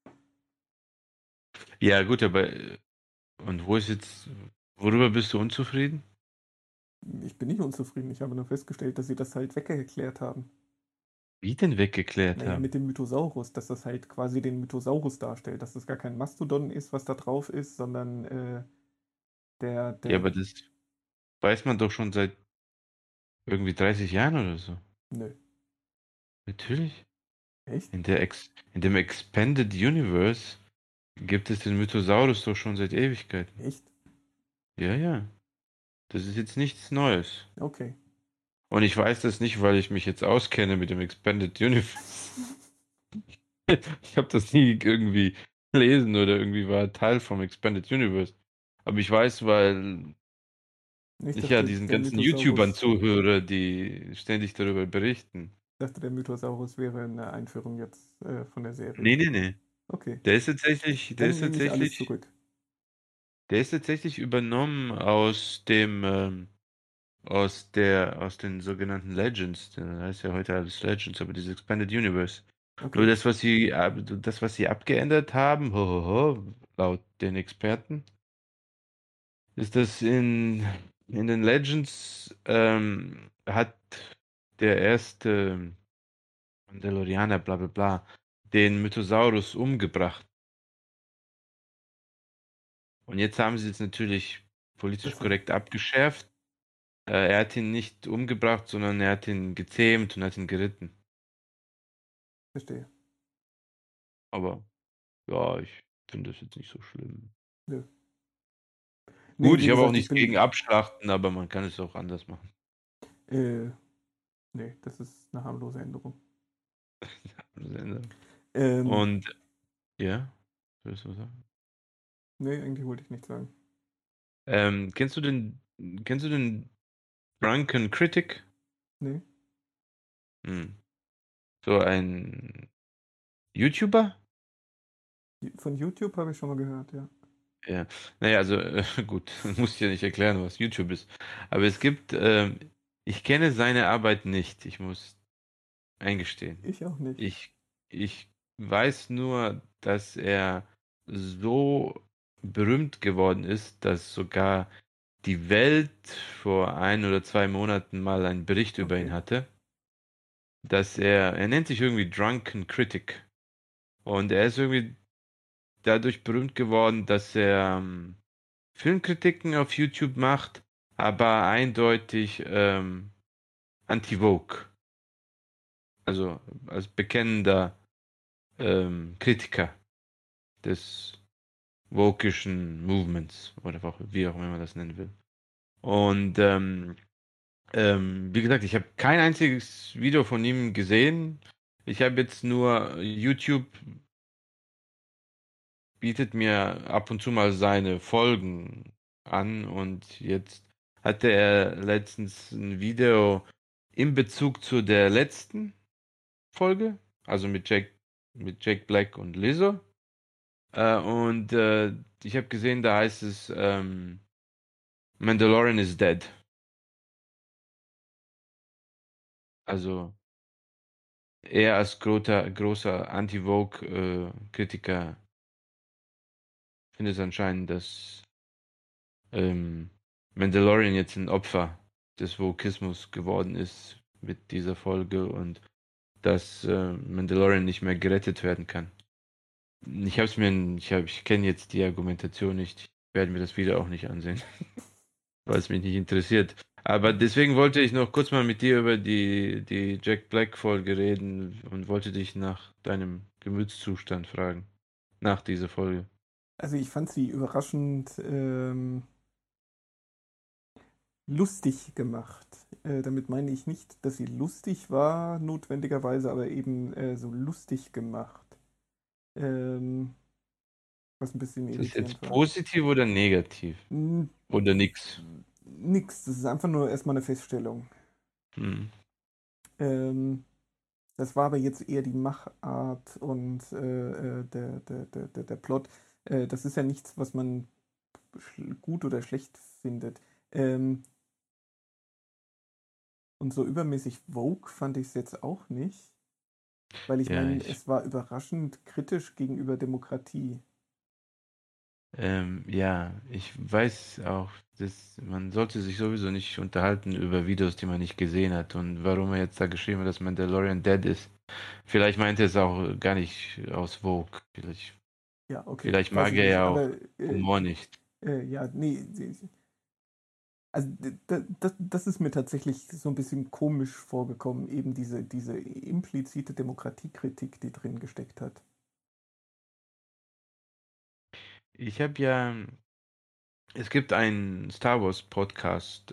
Ja, gut, aber und wo ist jetzt, worüber bist du unzufrieden? Ich bin nicht unzufrieden. Ich habe nur festgestellt, dass sie das halt weggeklärt haben. Wie denn weggeklärt Naja, haben? mit dem Mythosaurus, dass das halt quasi den Mythosaurus darstellt, dass das gar kein Mastodon ist, was da drauf ist, sondern der, Ja, der, aber das weiß man doch schon seit irgendwie 30 Jahren oder so. nö, Natürlich. echt? In dem Expanded Universe gibt es den Mythosaurus doch schon seit Ewigkeiten. Echt? Ja, ja. Das ist jetzt nichts Neues. Okay. Und ich weiß das nicht, weil ich mich jetzt auskenne mit dem Expanded Universe. Ich habe das nie irgendwie gelesen oder irgendwie war Teil vom Expanded Universe. Aber ich weiß, weil Ich ich ja dachte, diesen ganzen YouTubern zuhöre, die ständig darüber berichten. der Mythosaurus wäre eine Einführung jetzt von der Serie. Nee, nee, nee. Okay. Der ist tatsächlich, Dann nehme ich alles zurück. der ist tatsächlich übernommen aus den sogenannten Legends. Das heißt ja heute alles Legends, aber dieses Expanded Universe. Nur Okay. das, was sie abgeändert haben, laut den Experten, ist, dass in den Legends hat der erste Mandalorianer, bla bla bla, den Mythosaurus umgebracht. Und jetzt haben sie es natürlich politisch Das heißt, korrekt abgeschärft. Er hat ihn nicht umgebracht, sondern er hat ihn gezähmt und hat ihn geritten. verstehe. Aber ja, ich finde das jetzt nicht so schlimm. Nö. Nee, Gut, wie ich habe auch gesagt, ich nichts gegen bin. Abschlachten, aber man kann es auch anders machen. Äh, nee, das ist eine harmlose Änderung. Ähm, Und ja, würdest du sagen? nee, eigentlich wollte ich nicht sagen. Kennst du den Drunken Critic? Nee. Hm. So ein YouTuber? Von YouTube habe ich schon mal gehört, ja. Ja. Naja, also gut, muss ich ja nicht erklären, was YouTube ist. Aber ich kenne seine Arbeit nicht, ich muss eingestehen. Ich auch nicht. Ich weiß nur, dass er so berühmt geworden ist, dass sogar die Welt vor 1 oder 2 Monaten mal einen Bericht über ihn Okay. hatte, dass er nennt sich irgendwie Drunken Critic. Und er ist irgendwie dadurch berühmt geworden, dass er Filmkritiken auf YouTube macht, aber eindeutig anti-Vogue. Also als bekennender Kritiker des wokischen Movements oder wie auch immer man das nennen will. Und wie gesagt, ich habe kein einziges Video von ihm gesehen. Ich habe jetzt nur YouTube bietet mir ab und zu mal seine Folgen an und jetzt hatte er letztens ein Video, in Bezug zu der letzten Folge, also mit Jack Black und Lizzo. Und ich habe gesehen, da heißt es Mandalorian is dead. Also er als großer Anti-Vogue-Kritiker findet anscheinend, dass ähm, Mandalorian jetzt ein Opfer des Vokismus geworden ist mit dieser Folge und dass Mandalorian nicht mehr gerettet werden kann. Ich kenne jetzt die Argumentation nicht. Ich werde mir das Video auch nicht ansehen, weil es mich nicht interessiert. Aber deswegen wollte ich noch kurz mal mit dir über die Jack Black Folge reden und wollte dich nach deinem Gemütszustand fragen. Nach dieser Folge. Also ich fand sie überraschend lustig gemacht. Damit meine ich nicht, dass sie lustig war, notwendigerweise, aber eben so lustig gemacht. Ähm, was ein bisschen Ist das irritierend jetzt war. positiv oder negativ? N Oder nix? nix, das ist einfach nur erstmal eine Feststellung. Hm. Ähm, Das war aber jetzt eher die Machart und der Plot. Das ist ja nichts, was man gut oder schlecht findet. Ähm, und so übermäßig Vogue fand ich es jetzt auch nicht, weil ich Ja, meine, es war überraschend kritisch gegenüber Demokratie. ja, ich weiß auch, dass man sollte sich sowieso nicht unterhalten über Videos, die man nicht gesehen hat und warum er jetzt da geschrieben hat, dass Mandalorian dead ist. Vielleicht meint er es auch gar nicht aus Vogue. Vielleicht, Ja, okay, vielleicht weiß mag ich er nicht, ja auch aber Humor nicht. ja, nee, also das ist mir tatsächlich so ein bisschen komisch vorgekommen, eben diese implizite Demokratiekritik, die drin gesteckt hat. Ich habe ja, es gibt einen Star Wars Podcast,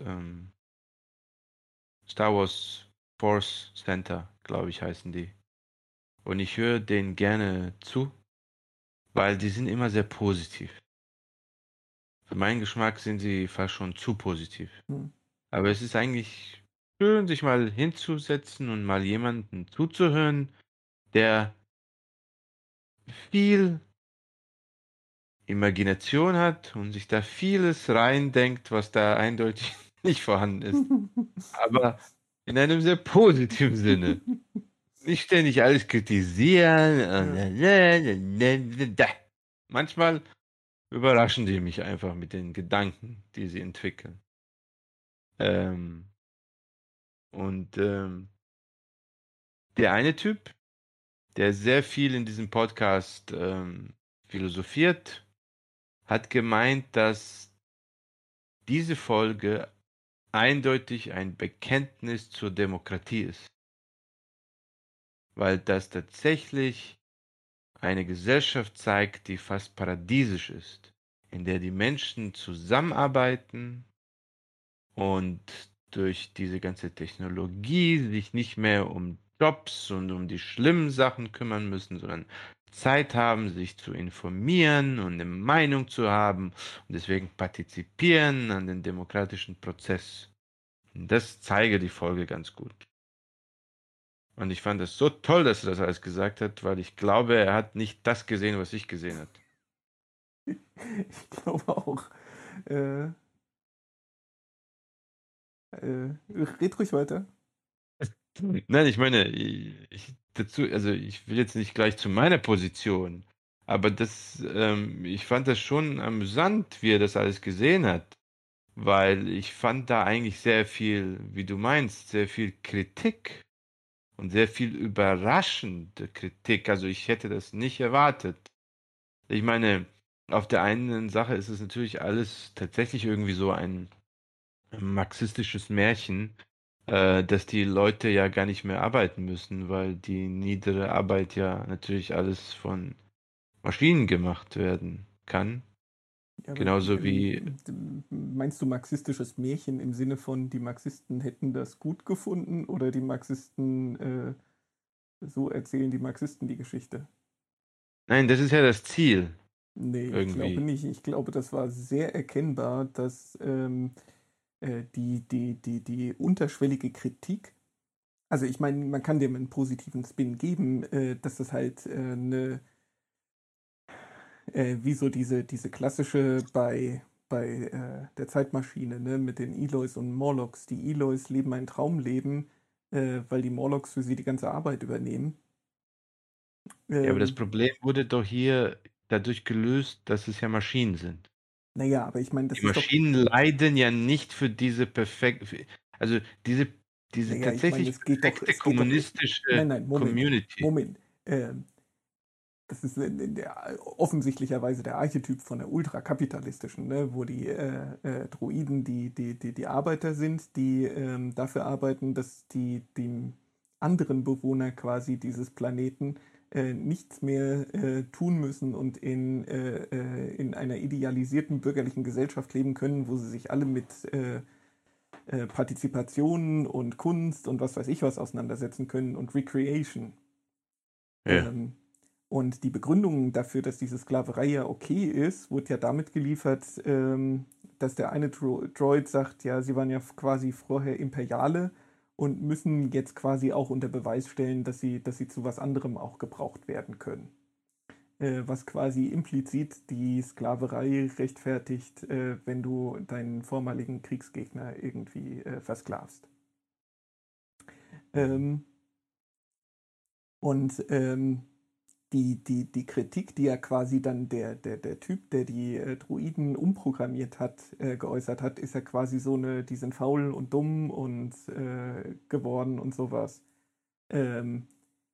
Star Wars Force Center, glaube ich, heißen die. Und ich höre denen gerne zu, weil die sind immer sehr positiv. Für meinen Geschmack sind sie fast schon zu positiv. Hm. Aber es ist eigentlich schön, sich mal hinzusetzen und mal jemanden zuzuhören, der viel Imagination hat und sich da vieles reindenkt, was da eindeutig nicht vorhanden ist. Aber in einem sehr positiven Sinne. Nicht ständig alles kritisieren. Ja. Manchmal überraschen die mich einfach mit den Gedanken, die sie entwickeln. Ähm, und der eine Typ, der sehr viel in diesem Podcast philosophiert, hat gemeint, dass diese Folge eindeutig ein Bekenntnis zur Demokratie ist, weil das tatsächlich eine Gesellschaft zeigt, die fast paradiesisch ist, in der die Menschen zusammenarbeiten und durch diese ganze Technologie sich nicht mehr um Jobs und um die schlimmen Sachen kümmern müssen, sondern Zeit haben, sich zu informieren und eine Meinung zu haben und deswegen partizipieren an den demokratischen Prozess. Und das zeige die Folge ganz gut. Und ich fand es so toll, dass er das alles gesagt hat, weil ich glaube, er hat nicht das gesehen, was ich gesehen habe. Ich glaube auch. Äh, red ruhig weiter. Nein, ich meine, also ich will jetzt nicht gleich zu meiner Position, aber ich fand das schon amüsant, wie er das alles gesehen hat, weil ich fand da eigentlich sehr viel, wie du meinst, sehr viel Kritik und sehr viel überraschende Kritik. Also ich hätte das nicht erwartet. Ich meine, auf der einen Sache ist es natürlich alles tatsächlich irgendwie so ein marxistisches Märchen, dass die Leute ja gar nicht mehr arbeiten müssen, weil die niedere Arbeit ja natürlich alles von Maschinen gemacht werden kann. Ja, aber Genauso wie, meinst du marxistisches Märchen im Sinne von, die Marxisten hätten das gut gefunden oder die Marxisten, so erzählen die Marxisten die Geschichte? nein, das ist ja das Ziel Nee, ich glaube irgendwie. nicht. Ich glaube, das war sehr erkennbar, dass die unterschwellige Kritik Also ich meine, man kann dem einen positiven Spin geben, dass das halt wie so diese klassische bei der Zeitmaschine, ne, mit den Eloys und Morlocks. Die Eloys leben ein Traumleben, weil die Morlocks für sie die ganze Arbeit übernehmen. Ja, aber das Ähm, Problem wurde doch hier dadurch gelöst, dass es ja Maschinen sind. naja, aber ich meine, Die das ist doch, Maschinen leiden ja nicht für diese also diese, diese naja, ich meine, tatsächlich perfekte kommunistische nein, nein, Community. Moment. Ähm, Das ist offensichtlicherweise der Archetyp von der ultrakapitalistischen, ne? Wo die Droiden die Arbeiter sind, die dafür arbeiten, dass die anderen Bewohner quasi dieses Planeten nichts mehr tun müssen und in einer idealisierten bürgerlichen Gesellschaft leben können, wo sie sich alle mit Partizipation und Kunst und was weiß ich was auseinandersetzen können und Recreation. Ja. Ähm, und die Begründung dafür, dass diese Sklaverei ja okay ist, wurde ja damit geliefert, dass der eine Droid sagt, ja, sie waren ja quasi vorher Imperiale und müssen jetzt quasi auch unter Beweis stellen, dass sie zu was anderem auch gebraucht werden können. Was quasi implizit die Sklaverei rechtfertigt, wenn du deinen vormaligen Kriegsgegner irgendwie versklavst. Mhm. Ähm, und die Kritik, die ja quasi dann der Typ, der die Druiden umprogrammiert hat, geäußert hat, ist ja quasi so eine, die sind faul und dumm und geworden und sowas. Ähm,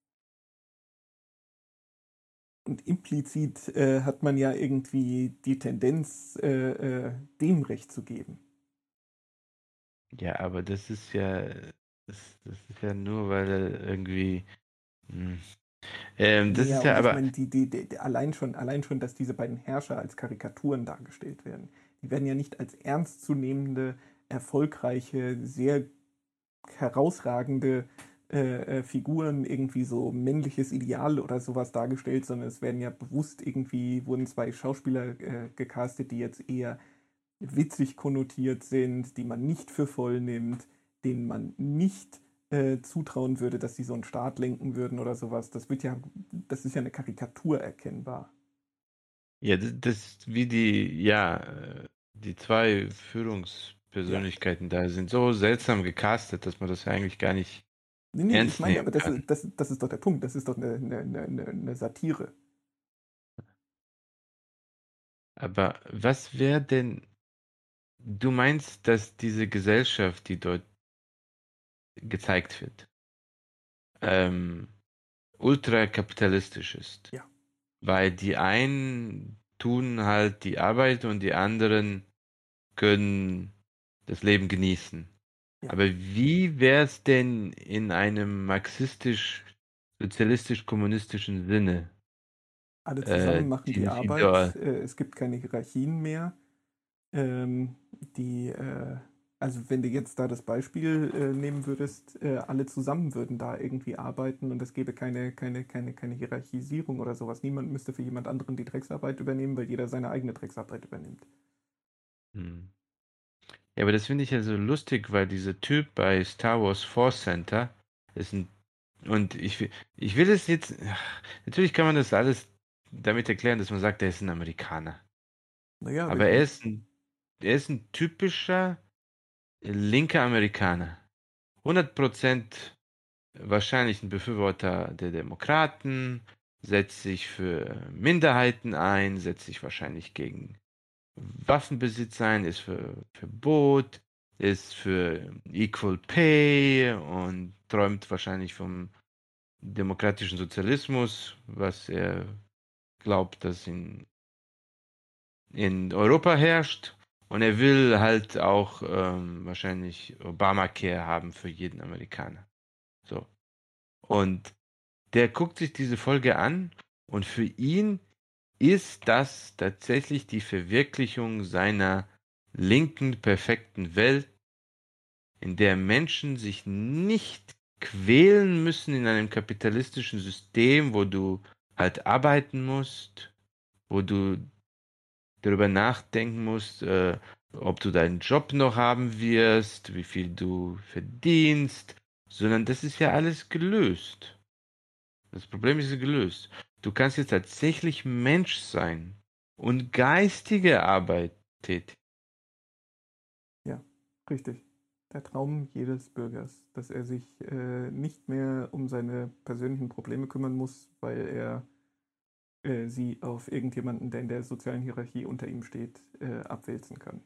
und implizit hat man ja irgendwie die Tendenz, dem Recht zu geben. Ja, aber das ist ja nur, weil er irgendwie, hm. Das Naja, ist ja und ich aber, meine, allein schon, dass diese beiden Herrscher als Karikaturen dargestellt werden. Die werden ja nicht als ernstzunehmende, erfolgreiche, sehr herausragende Figuren, irgendwie so männliches Ideal oder sowas dargestellt, sondern es werden ja bewusst irgendwie, wurden zwei Schauspieler gecastet, die jetzt eher witzig konnotiert sind, die man nicht für voll nimmt, denen man nicht zutrauen würde, dass sie so einen Staat lenken würden oder sowas. Das ist ja eine Karikatur erkennbar. ja, das wie die zwei Ja. Führungspersönlichkeiten da sind so seltsam gecastet, dass man das ja eigentlich gar nicht Nee, nee, ich ernst meine, nehmen aber kann. das ist doch der Punkt. Das ist doch eine Satire. Aber was wäre denn, du meinst, dass diese Gesellschaft, die dort gezeigt wird, ähm, ultrakapitalistisch ist? Ja. Weil die einen tun halt die Arbeit und die anderen können das Leben genießen. Ja. Aber wie wäre es denn in einem marxistisch-sozialistisch-kommunistischen Sinne, Alle zusammen machen die die Arbeit. dort, Es gibt keine Hierarchien mehr. Ähm, die, also wenn du jetzt da das Beispiel nehmen würdest, alle zusammen würden da irgendwie arbeiten und es gäbe keine Hierarchisierung oder sowas. Niemand müsste für jemand anderen die Drecksarbeit übernehmen, weil jeder seine eigene Drecksarbeit übernimmt. hm. Ja, aber das finde ich ja so lustig, weil dieser Typ bei Star Wars Force Center ist ein, und ich will es jetzt, natürlich kann man das alles damit erklären, dass man sagt, er ist ein Amerikaner. Naja, aber Aber er ist ein typischer linker Amerikaner. 100% wahrscheinlich ein Befürworter der Demokraten, setzt sich für Minderheiten ein, setzt sich wahrscheinlich gegen Waffenbesitz ein, ist für Verbot, ist für Equal Pay und träumt wahrscheinlich vom demokratischen Sozialismus, was er glaubt, dass in Europa herrscht. Und er will halt auch wahrscheinlich Obamacare haben für jeden Amerikaner. So. Und der guckt sich diese Folge an und für ihn ist das tatsächlich die Verwirklichung seiner linken, perfekten Welt, in der Menschen sich nicht quälen müssen in einem kapitalistischen System, wo du halt arbeiten musst, wo du darüber nachdenken musst, ob du deinen Job noch haben wirst, wie viel du verdienst, sondern das ist ja alles gelöst. Das Problem ist gelöst. Du kannst jetzt tatsächlich Mensch sein und geistige Arbeit tätigen. Ja, richtig. Der Traum jedes Bürgers, dass er sich nicht mehr um seine persönlichen Probleme kümmern muss, weil er sie auf irgendjemanden, der in der sozialen Hierarchie unter ihm steht, abwälzen kann.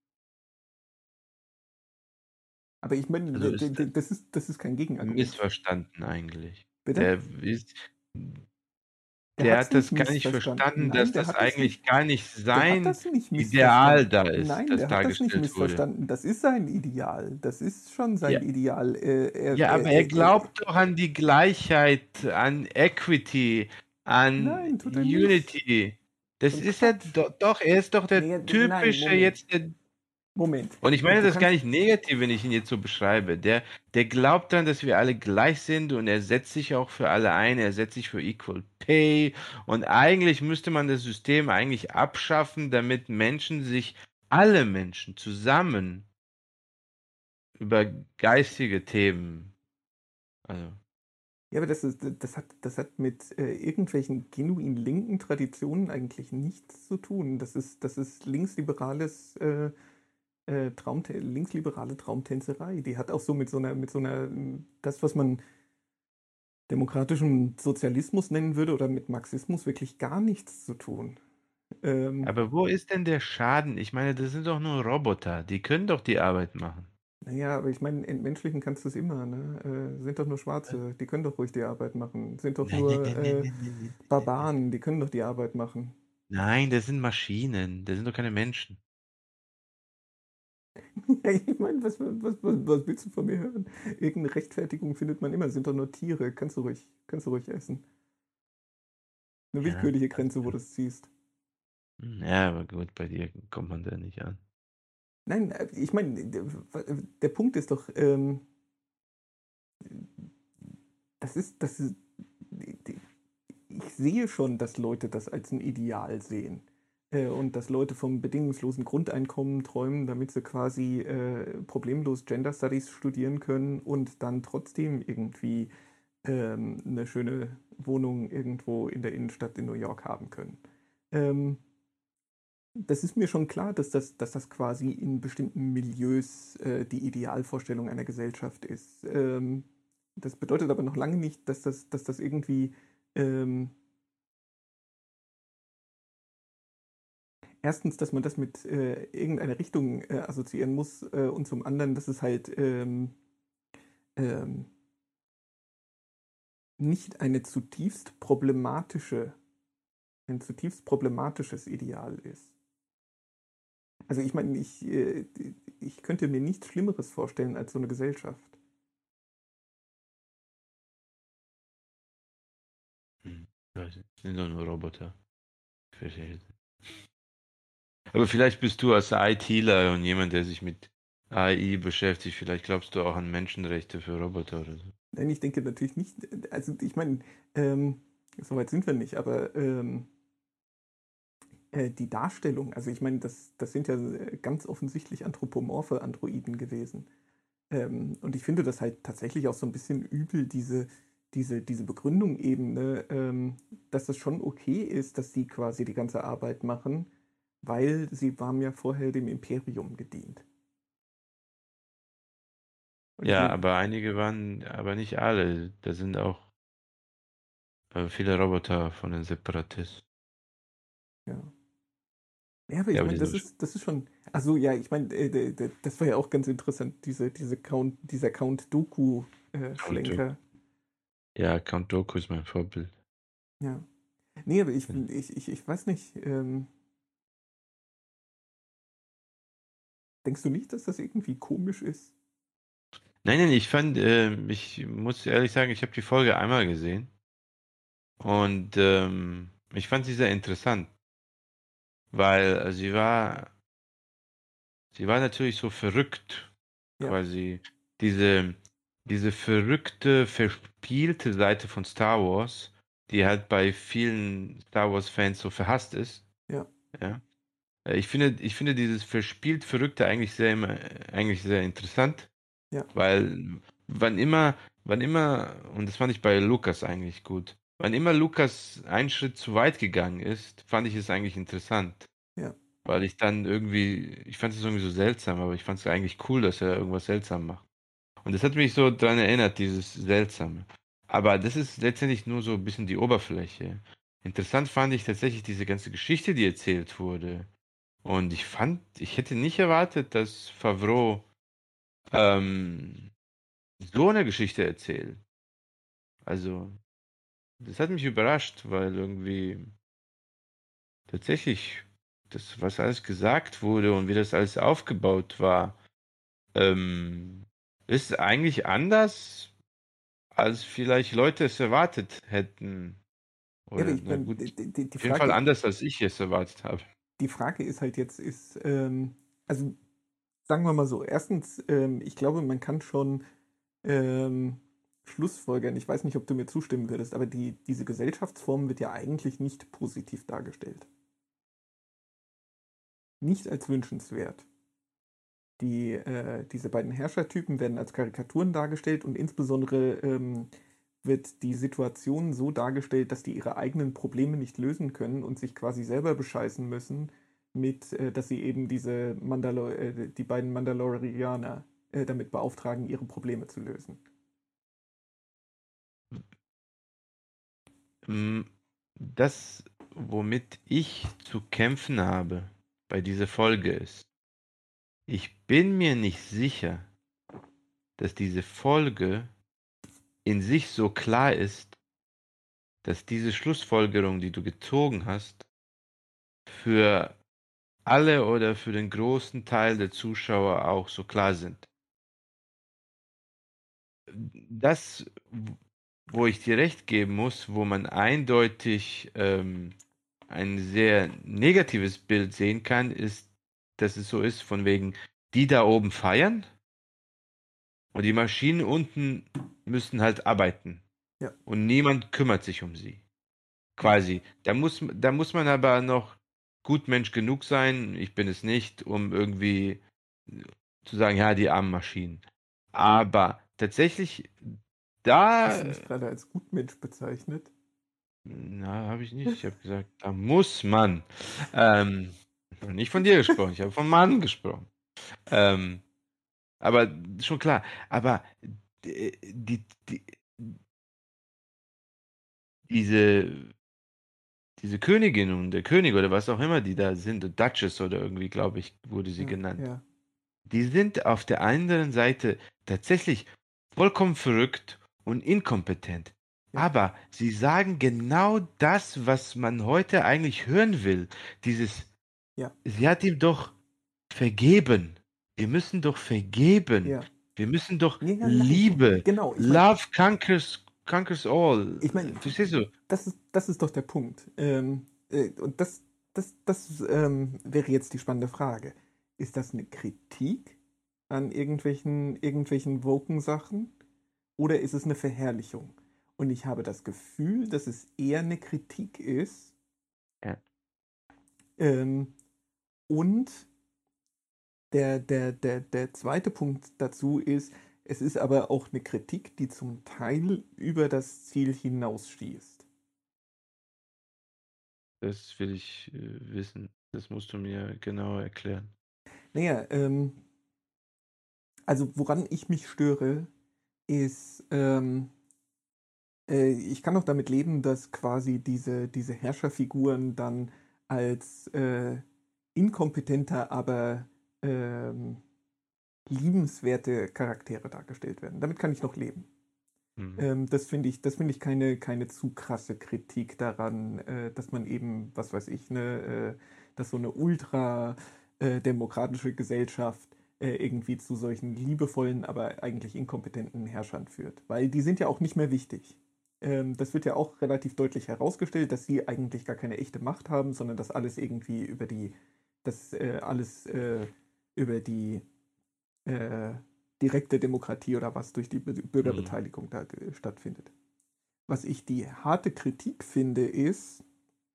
Aber ich Also meine, ist das das ist kein Gegenargument. missverstanden eigentlich. Bitte? Der ist, Der der hat es hat nicht das gar nicht missverstanden. verstanden, Nein, dass der das hat das nicht. eigentlich gar nicht Der hat sein das nicht Ideal missverstanden. da ist, Nein, das der hat das nicht dargestellt wurde. missverstanden. Das ist sein Ideal. Das ist schon Ja, sein Ideal. ja, aber er glaubt doch an die Gleichheit, an Equity, an nein, tut er nicht. Unity. So Das ein ist er Quatsch. doch, er ist doch Nee, der nein, typische Moment. jetzt, der, Moment. und ich meine Du das gar kannst. nicht negativ, wenn ich ihn jetzt so beschreibe. Der glaubt daran, dass wir alle gleich sind und er setzt sich auch für alle ein, er setzt sich für Equal Pay und eigentlich müsste man das System eigentlich abschaffen, damit Menschen sich, alle Menschen zusammen über geistige Themen, also, Ja, aber das hat mit irgendwelchen genuin linken Traditionen eigentlich nichts zu tun. Das ist linksliberale Traumtänzerei. Die hat auch so mit so einer, das, was man demokratischem Sozialismus nennen würde oder mit Marxismus wirklich gar nichts zu tun. Ähm, aber wo ist denn der Schaden? Ich meine, das sind doch nur Roboter, die können doch die Arbeit machen. naja, aber ich meine, entmenschlichen kannst du es immer, ne? Sind doch nur Schwarze, die können doch ruhig die Arbeit machen. Sind doch Nein, nein, nur nein, nein, nein, nein, nein, nein, nein. Barbaren, die können doch die Arbeit machen. Nein, das sind Maschinen, das sind doch keine Menschen. Ja, ich meine, was willst du von mir hören? Irgendeine Rechtfertigung findet man immer, sind doch nur Tiere, kannst du ruhig essen. Eine Ja, willkürliche Grenze, wo du es ziehst. ja, aber gut, bei dir kommt man da nicht an. Nein, ich meine, der Punkt ist doch, das ist, ich sehe schon, dass Leute das als ein Ideal sehen. Und dass Leute vom bedingungslosen Grundeinkommen träumen, damit sie quasi problemlos Gender Studies studieren können und dann trotzdem irgendwie eine schöne Wohnung irgendwo in der Innenstadt in New York haben können. Ähm, Das ist mir schon klar, dass das quasi in bestimmten Milieus die Idealvorstellung einer Gesellschaft ist. Das bedeutet aber noch lange nicht, dass das irgendwie ähm, erstens, dass man das mit irgendeiner Richtung assoziieren muss und zum anderen, dass es halt ähm, nicht ein zutiefst problematisches Ideal ist. Also ich meine, ich könnte mir nichts Schlimmeres vorstellen als so eine Gesellschaft. Das sind doch nur Roboter. Ich verstehe es nicht. Aber vielleicht bist du als ITler und jemand, der sich mit AI beschäftigt, vielleicht glaubst du auch an Menschenrechte für Roboter oder so. Nein, ich denke natürlich nicht, also ich meine, so weit sind wir nicht, aber die Darstellung, also ich meine, das sind ja ganz offensichtlich anthropomorphe Androiden gewesen. Und ich finde das halt tatsächlich auch so ein bisschen übel, diese Begründung eben, ne, dass das schon okay ist, dass sie quasi die ganze Arbeit machen, weil sie haben ja vorher dem Imperium gedient. Und ich Ja, meine, aber einige waren, aber nicht alle. Da sind auch viele Roboter von den Separatisten. ja. Ja, aber Ja, ich aber meine, die sind schon. das ist schon. Also ja, ich meine, das war ja auch ganz interessant, dieser Count Count Dooku. Doku-Schlenker. Ja, Count Dooku ist mein Vorbild. Ja. Nee, aber ich weiß nicht. Denkst du nicht, dass das irgendwie komisch ist? Nein, nein, ich muss ehrlich sagen, ich habe die Folge einmal gesehen und ich fand sie sehr interessant, weil sie war natürlich so verrückt, Ja, quasi diese, diese verrückte, verspielte Seite von Star Wars, die halt bei vielen Star Wars-Fans so verhasst ist, ja, ja. Ich finde dieses verspielt Verrückte eigentlich eigentlich sehr interessant, ja, weil wann immer, wann immer, und das fand ich bei Lukas eigentlich gut, wann immer Lukas einen Schritt zu weit gegangen ist, fand ich es eigentlich interessant. Ja. Weil ich dann irgendwie, ich fand es irgendwie so seltsam, aber ich fand es eigentlich cool, dass er irgendwas seltsam macht. Und das hat mich so daran erinnert, dieses Seltsame. Aber das ist letztendlich nur so ein bisschen die Oberfläche. Interessant fand ich tatsächlich diese ganze Geschichte, die erzählt wurde. Und ich hätte nicht erwartet, dass Favreau ähm, so eine Geschichte erzählt. Also, das hat mich überrascht, weil irgendwie tatsächlich das, was alles gesagt wurde und wie das alles aufgebaut war, ähm, ist eigentlich anders, als vielleicht Leute es erwartet hätten. Ja, aber Oder, ich na meine, gut, die auf jeden Fall Frage, anders, als ich es erwartet habe. die Frage ist halt jetzt, also sagen wir mal so, erstens, ich glaube, man kann schon ähm, schlussfolgern, ich weiß nicht, ob du mir zustimmen würdest, aber diese Gesellschaftsform wird ja eigentlich nicht positiv dargestellt. Nicht als wünschenswert. Diese beiden Herrschertypen werden als Karikaturen dargestellt und insbesondere wird die Situation so dargestellt, dass die ihre eigenen Probleme nicht lösen können und sich quasi selber bescheißen müssen, dass sie eben die beiden Mandalorianer damit beauftragen, ihre Probleme zu lösen. Mm, Das, womit ich zu kämpfen habe bei dieser Folge ist, ich bin mir nicht sicher, dass diese Folge in sich so klar ist, dass diese Schlussfolgerung, die du gezogen hast, für alle oder für den großen Teil der Zuschauer auch so klar sind. Das, wo ich dir recht geben muss, wo man eindeutig ein sehr negatives Bild sehen kann, ist, dass es so ist, von wegen, die da oben feiern und die Maschinen unten müssen halt arbeiten Ja, und niemand kümmert sich um sie. ja, Quasi. Da muss man aber noch gut Mensch genug sein, ich bin es nicht, um irgendwie zu sagen, ja, die armen Maschinen. Aber tatsächlich, hast du da, mich gerade als Gutmensch bezeichnet? na, habe ich nicht. Ich habe gesagt, da muss man. Ähm, nicht von dir gesprochen, ich habe von Mann gesprochen. Ähm, aber schon klar. Aber die, diese, diese Königin und der König oder was auch immer die da sind, Duchess oder irgendwie, glaube ich, wurde sie Ja, genannt. ja, Die sind auf der anderen Seite tatsächlich vollkommen verrückt und inkompetent. ja, Aber sie sagen genau das, was man heute eigentlich hören will. Dieses, ja, sie hat ihm doch vergeben. Wir müssen doch vergeben. ja. Wir müssen doch Nee, nein, nein, Liebe. genau. Love conquers all. Ich meine, Verstehst du? das ist doch der Punkt. Und das wäre jetzt die spannende Frage. Ist das eine Kritik an irgendwelchen woken Sachen oder ist es eine Verherrlichung? Und ich habe das Gefühl, dass es eher eine Kritik ist. Ja. Ähm, und der zweite Punkt dazu ist, es ist aber auch eine Kritik, die zum Teil über das Ziel hinausschießt. Das will ich wissen. Das musst du mir genauer erklären. Naja, also woran ich mich störe, ist, ich kann auch damit leben, dass quasi diese Herrscherfiguren dann als inkompetenter, aber ähm, liebenswerte Charaktere dargestellt werden. Damit kann ich noch leben. Mhm. Das finde ich keine zu krasse Kritik daran, dass man eben, was weiß ich, dass so eine ultra demokratische Gesellschaft irgendwie zu solchen liebevollen, aber eigentlich inkompetenten Herrschern führt. Weil die sind ja auch nicht mehr wichtig. Das wird ja auch relativ deutlich herausgestellt, dass sie eigentlich gar keine echte Macht haben, sondern dass alles irgendwie alles über die äh, direkte Demokratie oder was durch die Mhm. Bürgerbeteiligung da stattfindet. Was ich die harte Kritik finde, ist,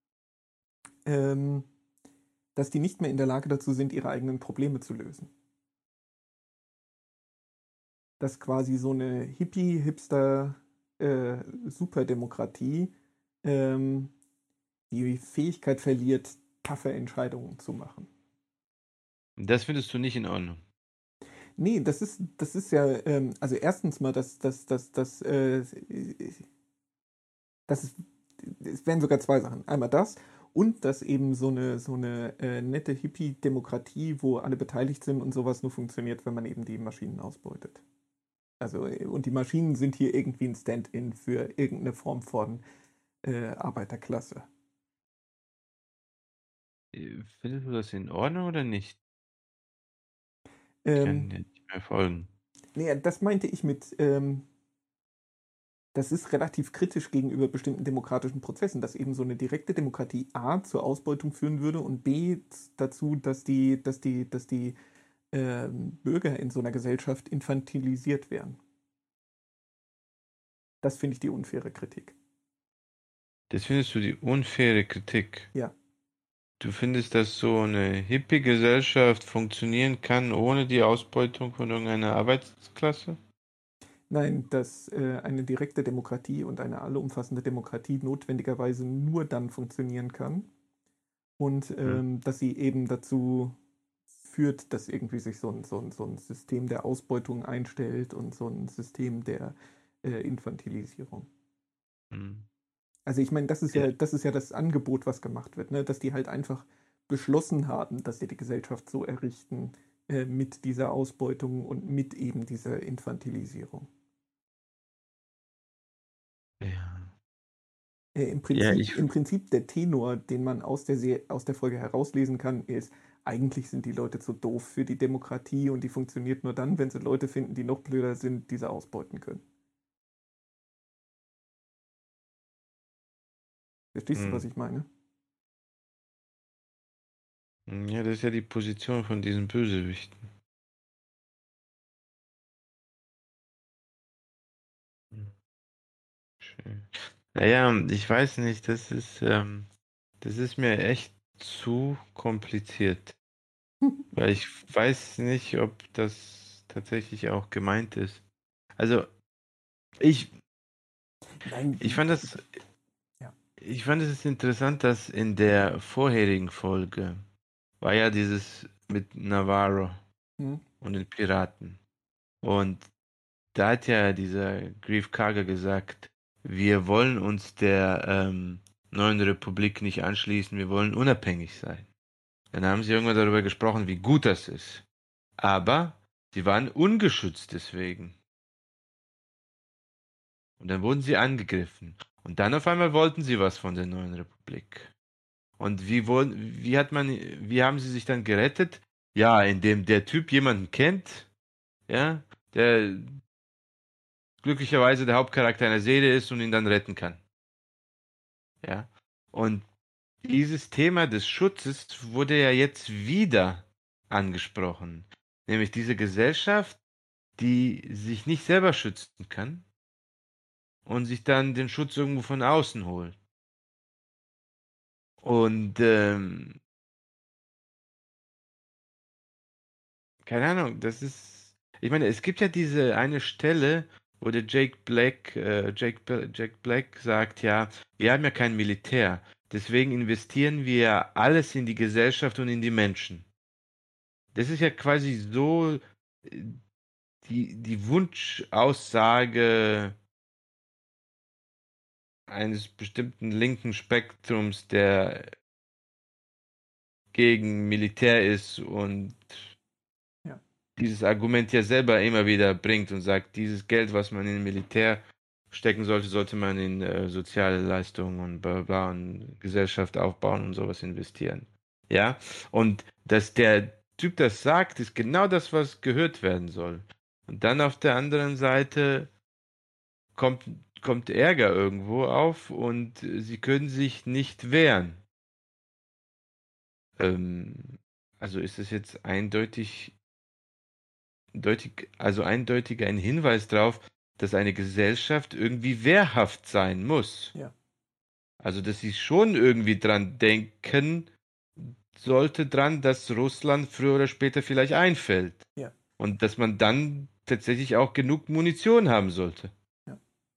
ähm, dass die nicht mehr in der Lage dazu sind, ihre eigenen Probleme zu lösen. dass quasi so eine Hippie-Hipster Superdemokratie ähm, die Fähigkeit verliert, taffe Entscheidungen zu machen. Das findest du nicht in Ordnung. Nee, das ist ja, also erstens mal, das ist, es wären sogar zwei Sachen. Einmal das und dass eben so eine nette Hippie-Demokratie, wo alle beteiligt sind und sowas nur funktioniert, wenn man eben die Maschinen ausbeutet. Also, und die Maschinen sind hier irgendwie ein Stand-in für irgendeine Form von Arbeiterklasse. Findest du das in Ordnung oder nicht? Ich Ähm, kann dir nicht mehr folgen. nee, das meinte ich mit, das ist relativ kritisch gegenüber bestimmten demokratischen Prozessen, dass eben so eine direkte Demokratie A zur Ausbeutung führen würde und B dazu, dass die Bürger in so einer Gesellschaft infantilisiert werden. Das finde ich die unfaire Kritik. Das findest du die unfaire Kritik. Ja. Du findest, dass so eine Hippie-Gesellschaft funktionieren kann ohne die Ausbeutung von irgendeiner Arbeitsklasse? Nein, dass eine direkte Demokratie und eine allumfassende Demokratie notwendigerweise nur dann funktionieren kann und Hm. dass sie eben dazu führt, dass irgendwie sich so ein System der Ausbeutung einstellt und so ein System der Infantilisierung. Hm. Also ich meine, Ja. das ist ja das Angebot, was gemacht wird, ne? Dass die halt einfach beschlossen haben, dass sie die Gesellschaft so errichten mit dieser Ausbeutung und mit eben dieser Infantilisierung. Ja. Ja, Im Prinzip der Tenor, den man aus der Folge herauslesen kann, ist, eigentlich sind die Leute zu doof für die Demokratie und die funktioniert nur dann, wenn sie Leute finden, die noch blöder sind, die sie ausbeuten können. Verstehst du, hm. was ich meine? Ja, das ist ja die Position von diesen Bösewichten. Hm. Schön. Naja, ich weiß nicht, das ist mir echt zu kompliziert. Weil ich weiß nicht, ob das tatsächlich auch gemeint ist. Also, ich, Nein, ich fand das, ja. ich fand es interessant, dass in der vorherigen Folge war ja dieses mit Navarro Hm? und den Piraten. Und da hat ja dieser Grief Karga gesagt, wir wollen uns der neuen Republik nicht anschließen, wir wollen unabhängig sein. Dann haben sie irgendwann darüber gesprochen, wie gut das ist. Aber sie waren ungeschützt deswegen. Und dann wurden sie angegriffen. Und dann auf einmal wollten sie was von der neuen Republik. Und wie haben sie sich dann gerettet? Ja, indem der Typ jemanden kennt, ja, der glücklicherweise der Hauptcharakter einer Serie ist und ihn dann retten kann. Ja. Und dieses Thema des Schutzes wurde ja jetzt wieder angesprochen. Nämlich diese Gesellschaft, die sich nicht selber schützen kann und sich dann den Schutz irgendwo von außen holt. Und keine Ahnung, das ist. Ich meine, es gibt ja diese eine Stelle, wo der Jack Black sagt, ja, wir haben ja kein Militär, deswegen investieren wir alles in die Gesellschaft und in die Menschen. Das ist ja quasi so äh, die Wunschaussage eines bestimmten linken Spektrums, der gegen Militär ist und Ja. dieses Argument ja selber immer wieder bringt und sagt, dieses Geld, was man in Militär stecken sollte, sollte man in soziale Leistungen und bla bla und Gesellschaft aufbauen und sowas investieren. Ja, und dass der Typ das sagt, ist genau das, was gehört werden soll. Und dann auf der anderen Seite kommt, kommt Ärger irgendwo auf und sie können sich nicht wehren. Also ist es jetzt eindeutig ein Hinweis darauf, dass eine Gesellschaft irgendwie wehrhaft sein muss. Ja. Also, dass sie schon irgendwie dran denken sollte dran, dass Russland früher oder später vielleicht einfällt. Ja. Und dass man dann tatsächlich auch genug Munition haben sollte. Ja.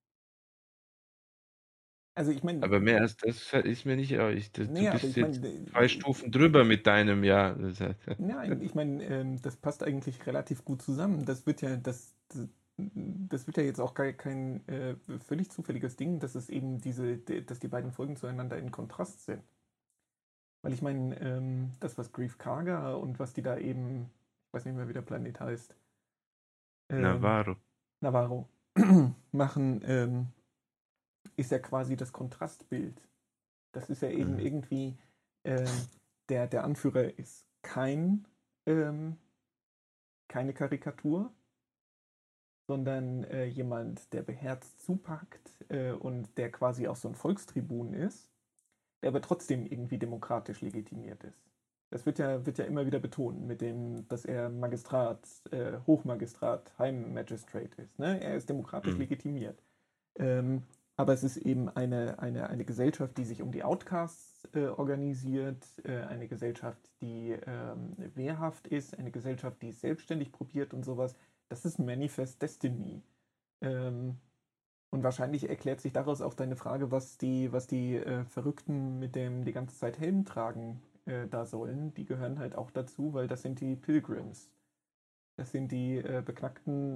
Also ich meine, Aber mehr als das ist mir nicht, du nee, aber bist ich jetzt meine, 2 Stufen drüber mit deinem, ja. nein, ich meine, das passt eigentlich relativ gut zusammen. Das wird ja jetzt auch kein völlig zufälliges Ding, dass es eben dass die beiden Folgen zueinander in Kontrast sind. Weil ich meine, das, was Grief Karga und was die da eben, ich weiß nicht mehr, wie der Planet heißt, ähm, Navarro. Navarro machen, ist ja quasi das Kontrastbild. Das ist ja eben Mhm. irgendwie, ähm, der Anführer ist keine Karikatur, sondern jemand, der beherzt zupackt und der quasi auch so ein Volkstribun ist, der aber trotzdem irgendwie demokratisch legitimiert ist. Das wird ja immer wieder betont, mit dem, dass er Magistrat, Hochmagistrat, High Magistrate ist. Ne? Er ist demokratisch Mhm. legitimiert. Ähm, aber es ist eben eine Gesellschaft, die sich um die Outcasts organisiert, eine Gesellschaft, die wehrhaft ist, eine Gesellschaft, die es selbstständig probiert und sowas. Das ist Manifest Destiny. Ähm, und wahrscheinlich erklärt sich daraus auch deine Frage, was die Verrückten mit dem die ganze Zeit Helm tragen da sollen. Die gehören halt auch dazu, weil das sind die Pilgrims. Das sind die beknackten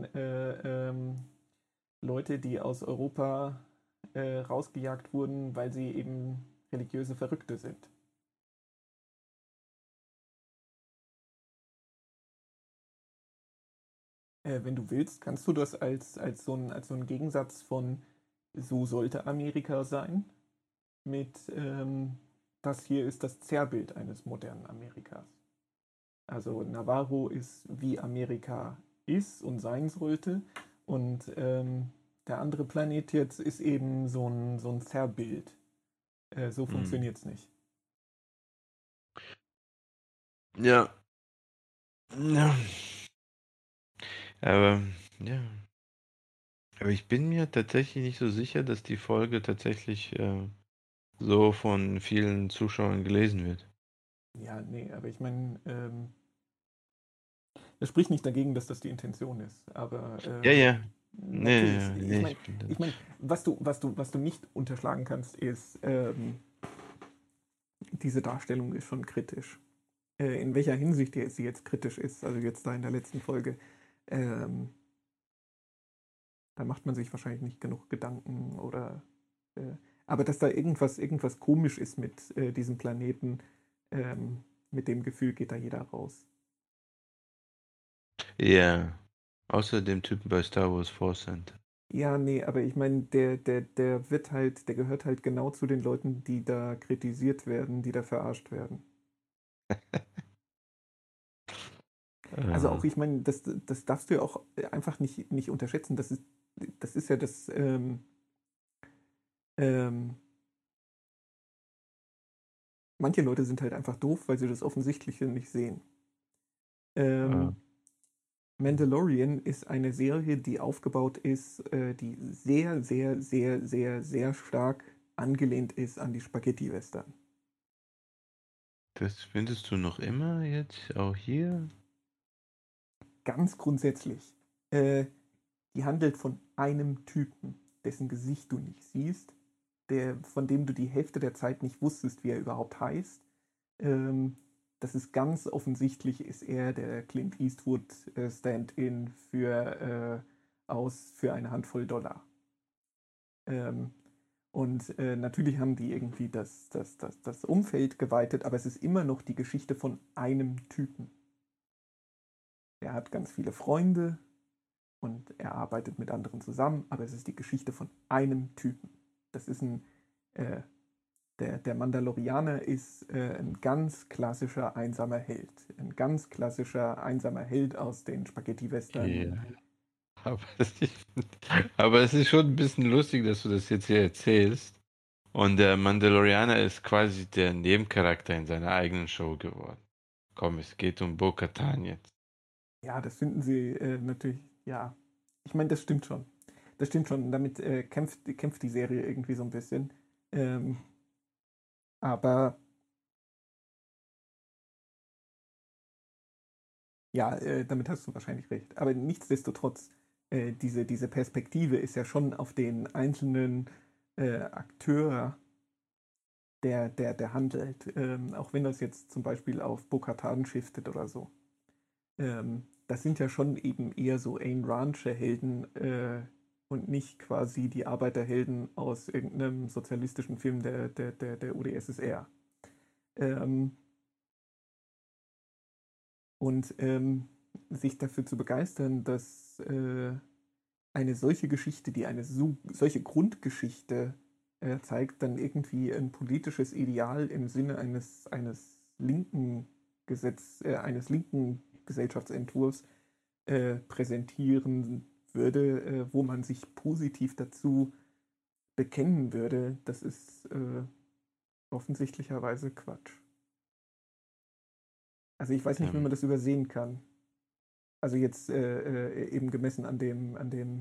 Leute, die aus Europa rausgejagt wurden, weil sie eben religiöse Verrückte sind. Wenn du willst, kannst du das als so ein Gegensatz von so sollte Amerika sein mit das hier ist das Zerrbild eines modernen Amerikas. Also Navarro ist wie Amerika ist und sein sollte und der andere Planet jetzt ist eben so ein Zerrbild. So Mhm. funktioniert es nicht. Ja. Ja. Aber, ja. Aber ich bin mir tatsächlich nicht so sicher, dass die Folge tatsächlich so von vielen Zuschauern gelesen wird. Ja, nee, aber ich meine, das spricht nicht dagegen, dass das die Intention ist. Aber Ja, ja. Nee, natürlich, ich nee, meine, ich bin da. was du nicht unterschlagen kannst, ist, diese Darstellung ist schon kritisch. In welcher Hinsicht sie jetzt kritisch ist, also jetzt da in der letzten Folge, ähm, da macht man sich wahrscheinlich nicht genug Gedanken oder äh, aber dass da irgendwas komisch ist mit diesem Planeten, mit dem Gefühl geht da jeder raus. Ja. Außer dem Typen bei Star Wars Force Center. Ja, nee, aber ich meine, der gehört halt genau zu den Leuten, die da kritisiert werden, die da verarscht werden. Also Äh, auch, ich meine, das darfst du ja auch einfach nicht unterschätzen. Das ist ja ähm, manche Leute sind halt einfach doof, weil sie das Offensichtliche nicht sehen. äh, Ähm, Mandalorian ist eine Serie, die aufgebaut ist, die sehr, sehr, sehr, sehr, sehr stark angelehnt ist an die Spaghetti-Western. Das findest du noch immer jetzt auch hier? Ganz grundsätzlich. Äh, Die handelt von einem Typen, dessen Gesicht du nicht siehst, von dem du die Hälfte der Zeit nicht wusstest, wie er überhaupt heißt. Das ist ganz offensichtlich, ist er der Clint Eastwood Stand-in für eine Handvoll Dollar. Ähm, und natürlich haben die irgendwie das Umfeld geweitet, aber es ist immer noch die Geschichte von einem Typen. Er hat ganz viele Freunde und er arbeitet mit anderen zusammen, aber es ist die Geschichte von einem Typen. Das ist äh, der Mandalorianer ist ein ganz klassischer einsamer Held. Ein ganz klassischer einsamer Held aus den Spaghetti-Western. Ja. Aber aber es ist schon ein bisschen lustig, dass du das jetzt hier erzählst. Und der Mandalorianer ist quasi der Nebencharakter in seiner eigenen Show geworden. Komm, es geht um Bo-Katan jetzt. Ja, das finden sie natürlich, ja. Ich meine, das stimmt schon. Das stimmt schon. Damit kämpft die Serie irgendwie so ein bisschen. Ähm, aber Ja, damit hast du wahrscheinlich recht. Aber nichtsdestotrotz, diese Perspektive ist ja schon auf den einzelnen Akteur, der handelt. Auch wenn das jetzt zum Beispiel auf Bo-Katan shiftet oder so. Das sind ja schon eben eher so Ayn Randsche Helden und nicht quasi die Arbeiterhelden aus irgendeinem sozialistischen Film der UdSSR. Ähm, und sich dafür zu begeistern, dass eine solche Geschichte, die eine solche Grundgeschichte zeigt, dann irgendwie ein politisches Ideal im Sinne eines linken eines linken Gesellschaftsentwurfs präsentieren würde, wo man sich positiv dazu bekennen würde, das ist offensichtlicherweise Quatsch. Also ich weiß nicht, wie Ähm, man das übersehen kann. Also jetzt eben gemessen an dem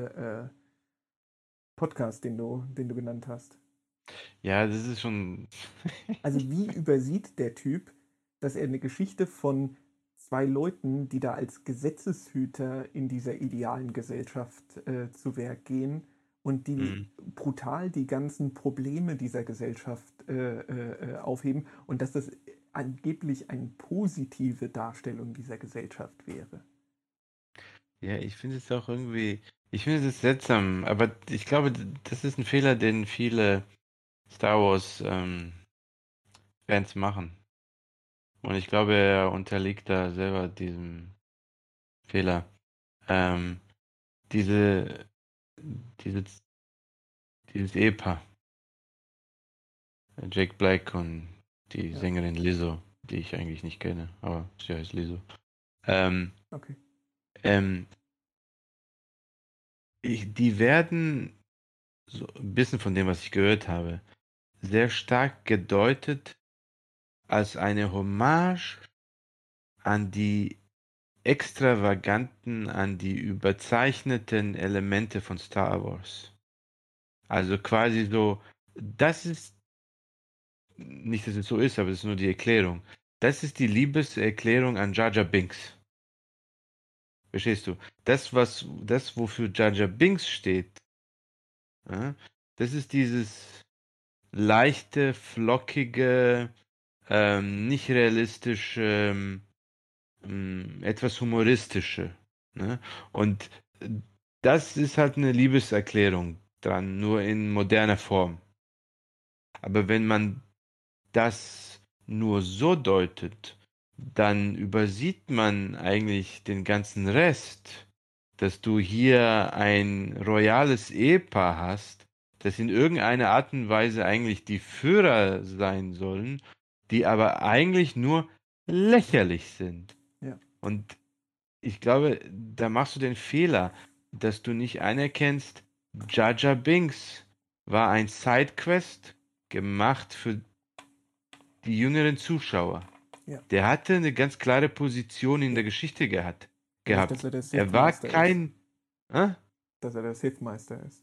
Podcast, den du genannt hast. ja, das ist schon. Also wie übersieht der Typ, dass er eine Geschichte von zwei Leuten, die da als Gesetzeshüter in dieser idealen Gesellschaft zu Werk gehen und die Mhm. brutal die ganzen Probleme dieser Gesellschaft aufheben und dass das angeblich eine positive Darstellung dieser Gesellschaft wäre. Ja, ich finde es auch irgendwie, ich finde es seltsam, aber ich glaube, das ist ein Fehler, den viele Star Wars Fans machen. Und ich glaube, er unterliegt da selber diesem Fehler. Ähm, diese, diese, dieses Ehepaar, Jake Black und die Ja, Sängerin Lizzo, die ich eigentlich nicht kenne, aber sie heißt Lizzo. Ähm, okay. ähm, die werden, so ein bisschen von dem, was ich gehört habe, sehr stark gedeutet als eine Hommage an die extravaganten, an die überzeichneten Elemente von Star Wars. Also quasi so, das ist, nicht, dass es so ist, aber es ist nur die Erklärung. Das ist die Liebeserklärung an Jar Jar Binks. Verstehst du? Das, wofür Jar Jar Binks steht, ja, das ist dieses leichte, flockige, nicht realistische, etwas humoristische. Ne? Und das ist halt eine Liebeserklärung dran, nur in moderner Form. Aber wenn man das nur so deutet, dann übersieht man eigentlich den ganzen Rest, dass du hier ein royales Ehepaar hast, das in irgendeiner Art und Weise eigentlich die Führer sein sollen, die aber eigentlich nur lächerlich sind. Ja. Und ich glaube, da machst du den Fehler, dass du nicht anerkennst, Jar Jar Binks war ein Sidequest gemacht für die jüngeren Zuschauer. Ja. Der hatte eine ganz klare Position in Ja. der Geschichte Nämlich, dass gehabt. er der Er war Sith-Meister ist. kein, äh? Dass er der Sith-Meister ist.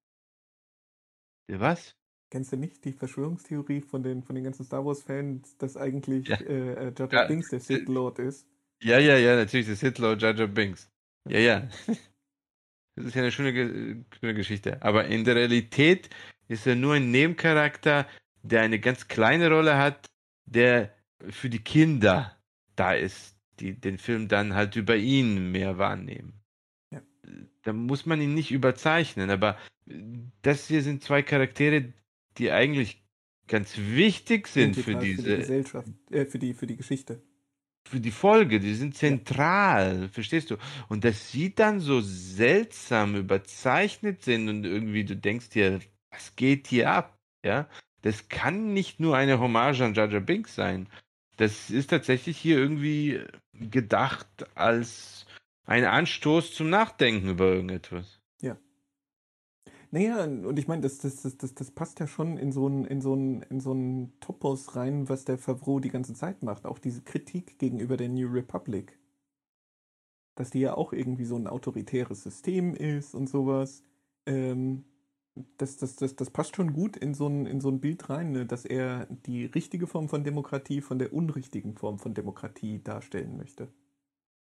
Der was? Kennst du nicht die Verschwörungstheorie von den ganzen Star Wars-Fans, dass eigentlich Ja, Jar Jar ja, Binks der Sith Lord ist? ja, natürlich, das Hitler und Jar Jar Binks. Ja, ja, das ist ja eine schöne Geschichte. Aber in der Realität ist er nur ein Nebencharakter, der eine ganz kleine Rolle hat, der für die Kinder da ist, die den Film dann halt über ihn mehr wahrnehmen. Ja. Da muss man ihn nicht überzeichnen, aber das hier sind zwei Charaktere, die eigentlich ganz wichtig sind Integral für die Gesellschaft, für die Geschichte. für die Folge, die sind Ja. zentral, verstehst du? Und das sieht dann so seltsam überzeichnet sind und irgendwie du denkst dir, was geht hier ab? Ja, das kann nicht nur eine Hommage an Jar Jar Binks sein. Das ist tatsächlich hier irgendwie gedacht als ein Anstoß zum Nachdenken über irgendetwas. Ja. Naja, und ich meine, das passt ja schon in so einen Topos rein, was der Favreau die ganze Zeit macht. Auch diese Kritik gegenüber der New Republic. Dass die ja auch irgendwie so ein autoritäres System ist und sowas. Ähm, das passt schon gut in so ein Bild rein, ne? Dass er die richtige Form von Demokratie von der unrichtigen Form von Demokratie darstellen möchte.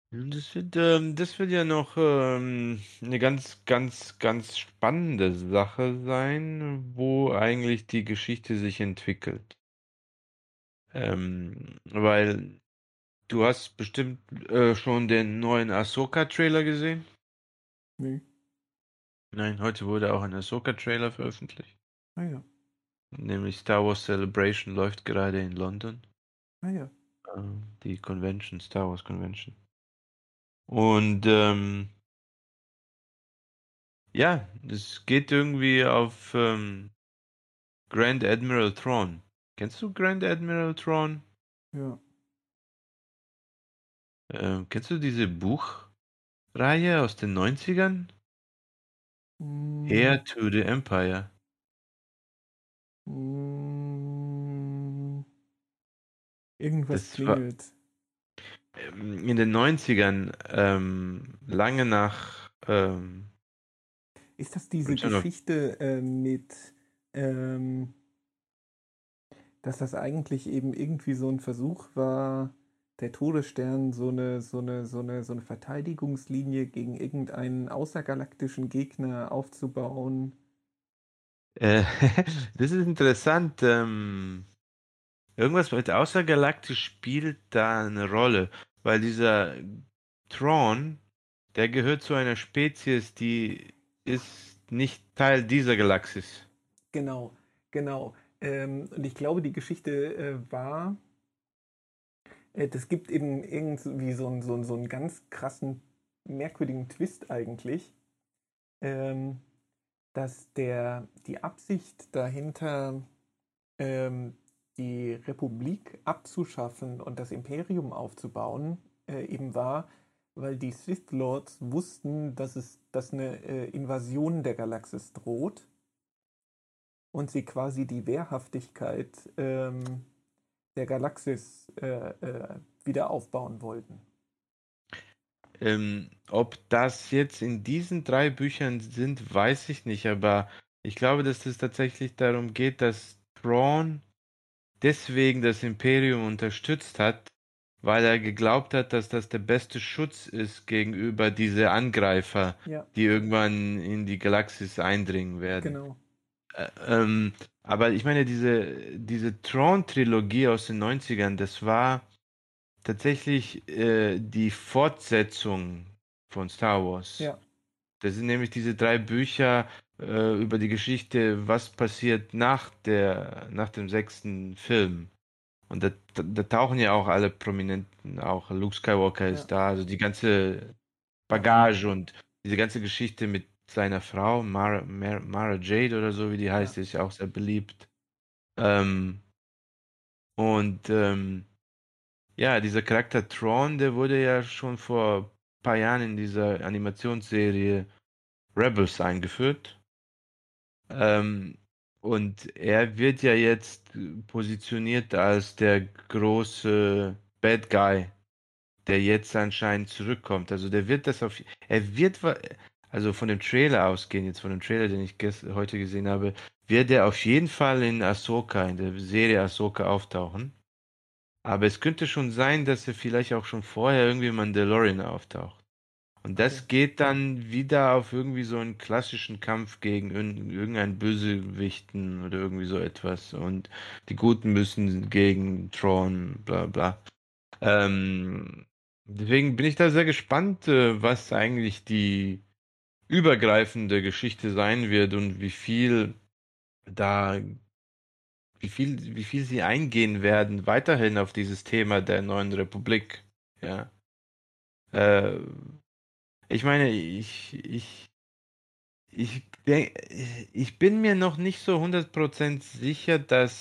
Das wird ja noch eine ganz, ganz, ganz spannende Sache sein, wo eigentlich die Geschichte sich entwickelt. Weil du hast bestimmt schon den neuen Ahsoka-Trailer gesehen. Nee. Nein, heute wurde auch ein Ahsoka-Trailer veröffentlicht. Ah ja. Nämlich Star Wars Celebration läuft gerade in London. Ah ja. Die Convention, Star Wars Convention. Und ja, es geht irgendwie auf Grand Admiral Thrawn. Kennst du Grand Admiral Thrawn? Ja. Kennst du diese Buchreihe aus den Neunzigern? Mm, Heir to the Empire. mm, irgendwas Das war klingelt. in den Neunzigern lange nach, Ist das diese kommst du noch, Geschichte mit, ähm, dass das eigentlich eben irgendwie so ein Versuch war, der Todesstern so eine Verteidigungslinie gegen irgendeinen außergalaktischen Gegner aufzubauen? äh, das ist interessant. Irgendwas mit außergalaktisch spielt da eine Rolle, weil dieser Thrawn, der gehört zu einer Spezies, die ist nicht Teil dieser Galaxis. Genau, genau. Und ich glaube, die Geschichte war, das gibt eben irgendwie so einen ganz krassen, merkwürdigen Twist eigentlich, ähm, dass die Absicht dahinter, ähm, die Republik abzuschaffen und das Imperium aufzubauen, eben war, weil die Sith Lords wussten, dass eine Invasion der Galaxis droht und sie quasi die Wehrhaftigkeit der Galaxis wieder aufbauen wollten. Ob das jetzt in diesen drei Büchern sind, weiß ich nicht, aber ich glaube, dass es tatsächlich darum geht, dass Thrawn deswegen das Imperium unterstützt hat, weil er geglaubt hat, dass das der beste Schutz ist gegenüber diese Angreifer, Ja, die irgendwann in die Galaxis eindringen werden. genau. Aber ich meine, diese Tron-Trilogie aus den Neunzigern, das war tatsächlich die Fortsetzung von Star Wars. Ja, Das sind nämlich diese drei Bücher über die Geschichte, was passiert nach dem sechsten Film. Und da tauchen ja auch alle Prominenten, auch Luke Skywalker ja, ist da, also die ganze ja, Bagage und diese ganze Geschichte mit seiner Frau, Mara Jade oder so, wie die ja, heißt, ist ja auch sehr beliebt. Ähm, und ja, dieser Charakter Thrawn, der wurde ja schon vor ein paar Jahren in dieser Animationsserie Rebels eingeführt. Ähm, und er wird ja jetzt positioniert als der große Bad Guy, der jetzt anscheinend zurückkommt. Also der wird das auf, er wird, also von dem Trailer ausgehen, jetzt von dem Trailer, den ich heute gesehen habe, wird er auf jeden Fall in Ahsoka, in der Serie Ahsoka auftauchen. Aber es könnte schon sein, dass er vielleicht auch schon vorher irgendwie in Mandalorian auftaucht. Und okay. das geht dann wieder auf irgendwie so einen klassischen Kampf gegen irgendeinen Bösewichten oder irgendwie so etwas. Und die Guten müssen gegen Thrawn, bla bla. Deswegen bin ich da sehr gespannt, was eigentlich die übergreifende Geschichte sein wird und da, wie viel sie eingehen werden, weiterhin auf dieses Thema der neuen Republik. Ja. Äh, ich meine, ich bin mir noch nicht so 100% sicher,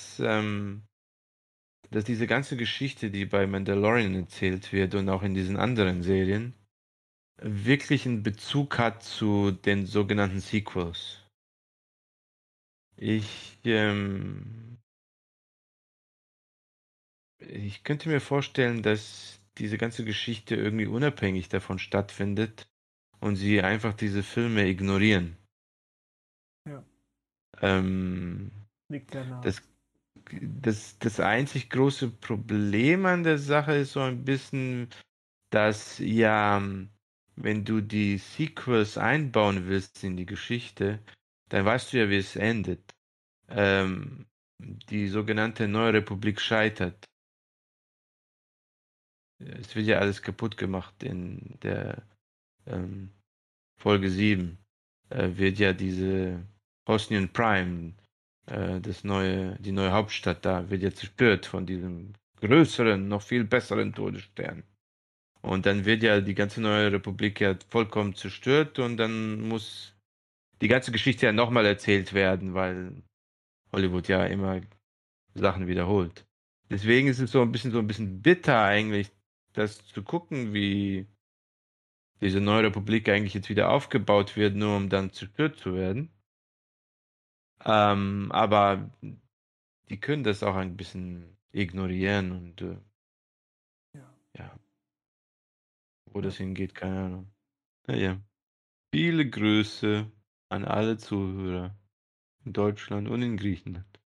dass diese ganze Geschichte, die bei Mandalorian erzählt wird und auch in diesen anderen Serien, wirklich einen Bezug hat zu den sogenannten Sequels. Ich, ähm, ich könnte mir vorstellen, dass diese ganze Geschichte irgendwie unabhängig davon stattfindet und sie einfach diese Filme ignorieren. Ja, Ähm, liegt ja nah. das, das einzig große Problem an der Sache ist so ein bisschen, dass ja, wenn du die Sequels einbauen willst in die Geschichte, dann weißt du ja, wie es endet. Die sogenannte Neue Republik scheitert. Es wird ja alles kaputt gemacht in der ähm, Folge 7. Wird ja diese Hosnian Prime, die neue Hauptstadt da, wird ja zerstört von diesem größeren, noch viel besseren Todesstern. Und dann wird ja die ganze neue Republik ja vollkommen zerstört und dann muss die ganze Geschichte ja nochmal erzählt werden, weil Hollywood ja immer Sachen wiederholt. Deswegen ist es so ein bisschen bitter eigentlich, das zu gucken, wie diese neue Republik eigentlich jetzt wieder aufgebaut wird, nur um dann zerstört zu werden. Aber die können das auch ein bisschen ignorieren und Ja, ja, wo ja. das hingeht, keine Ahnung. Naja, viele Grüße an alle Zuhörer in Deutschland und in Griechenland.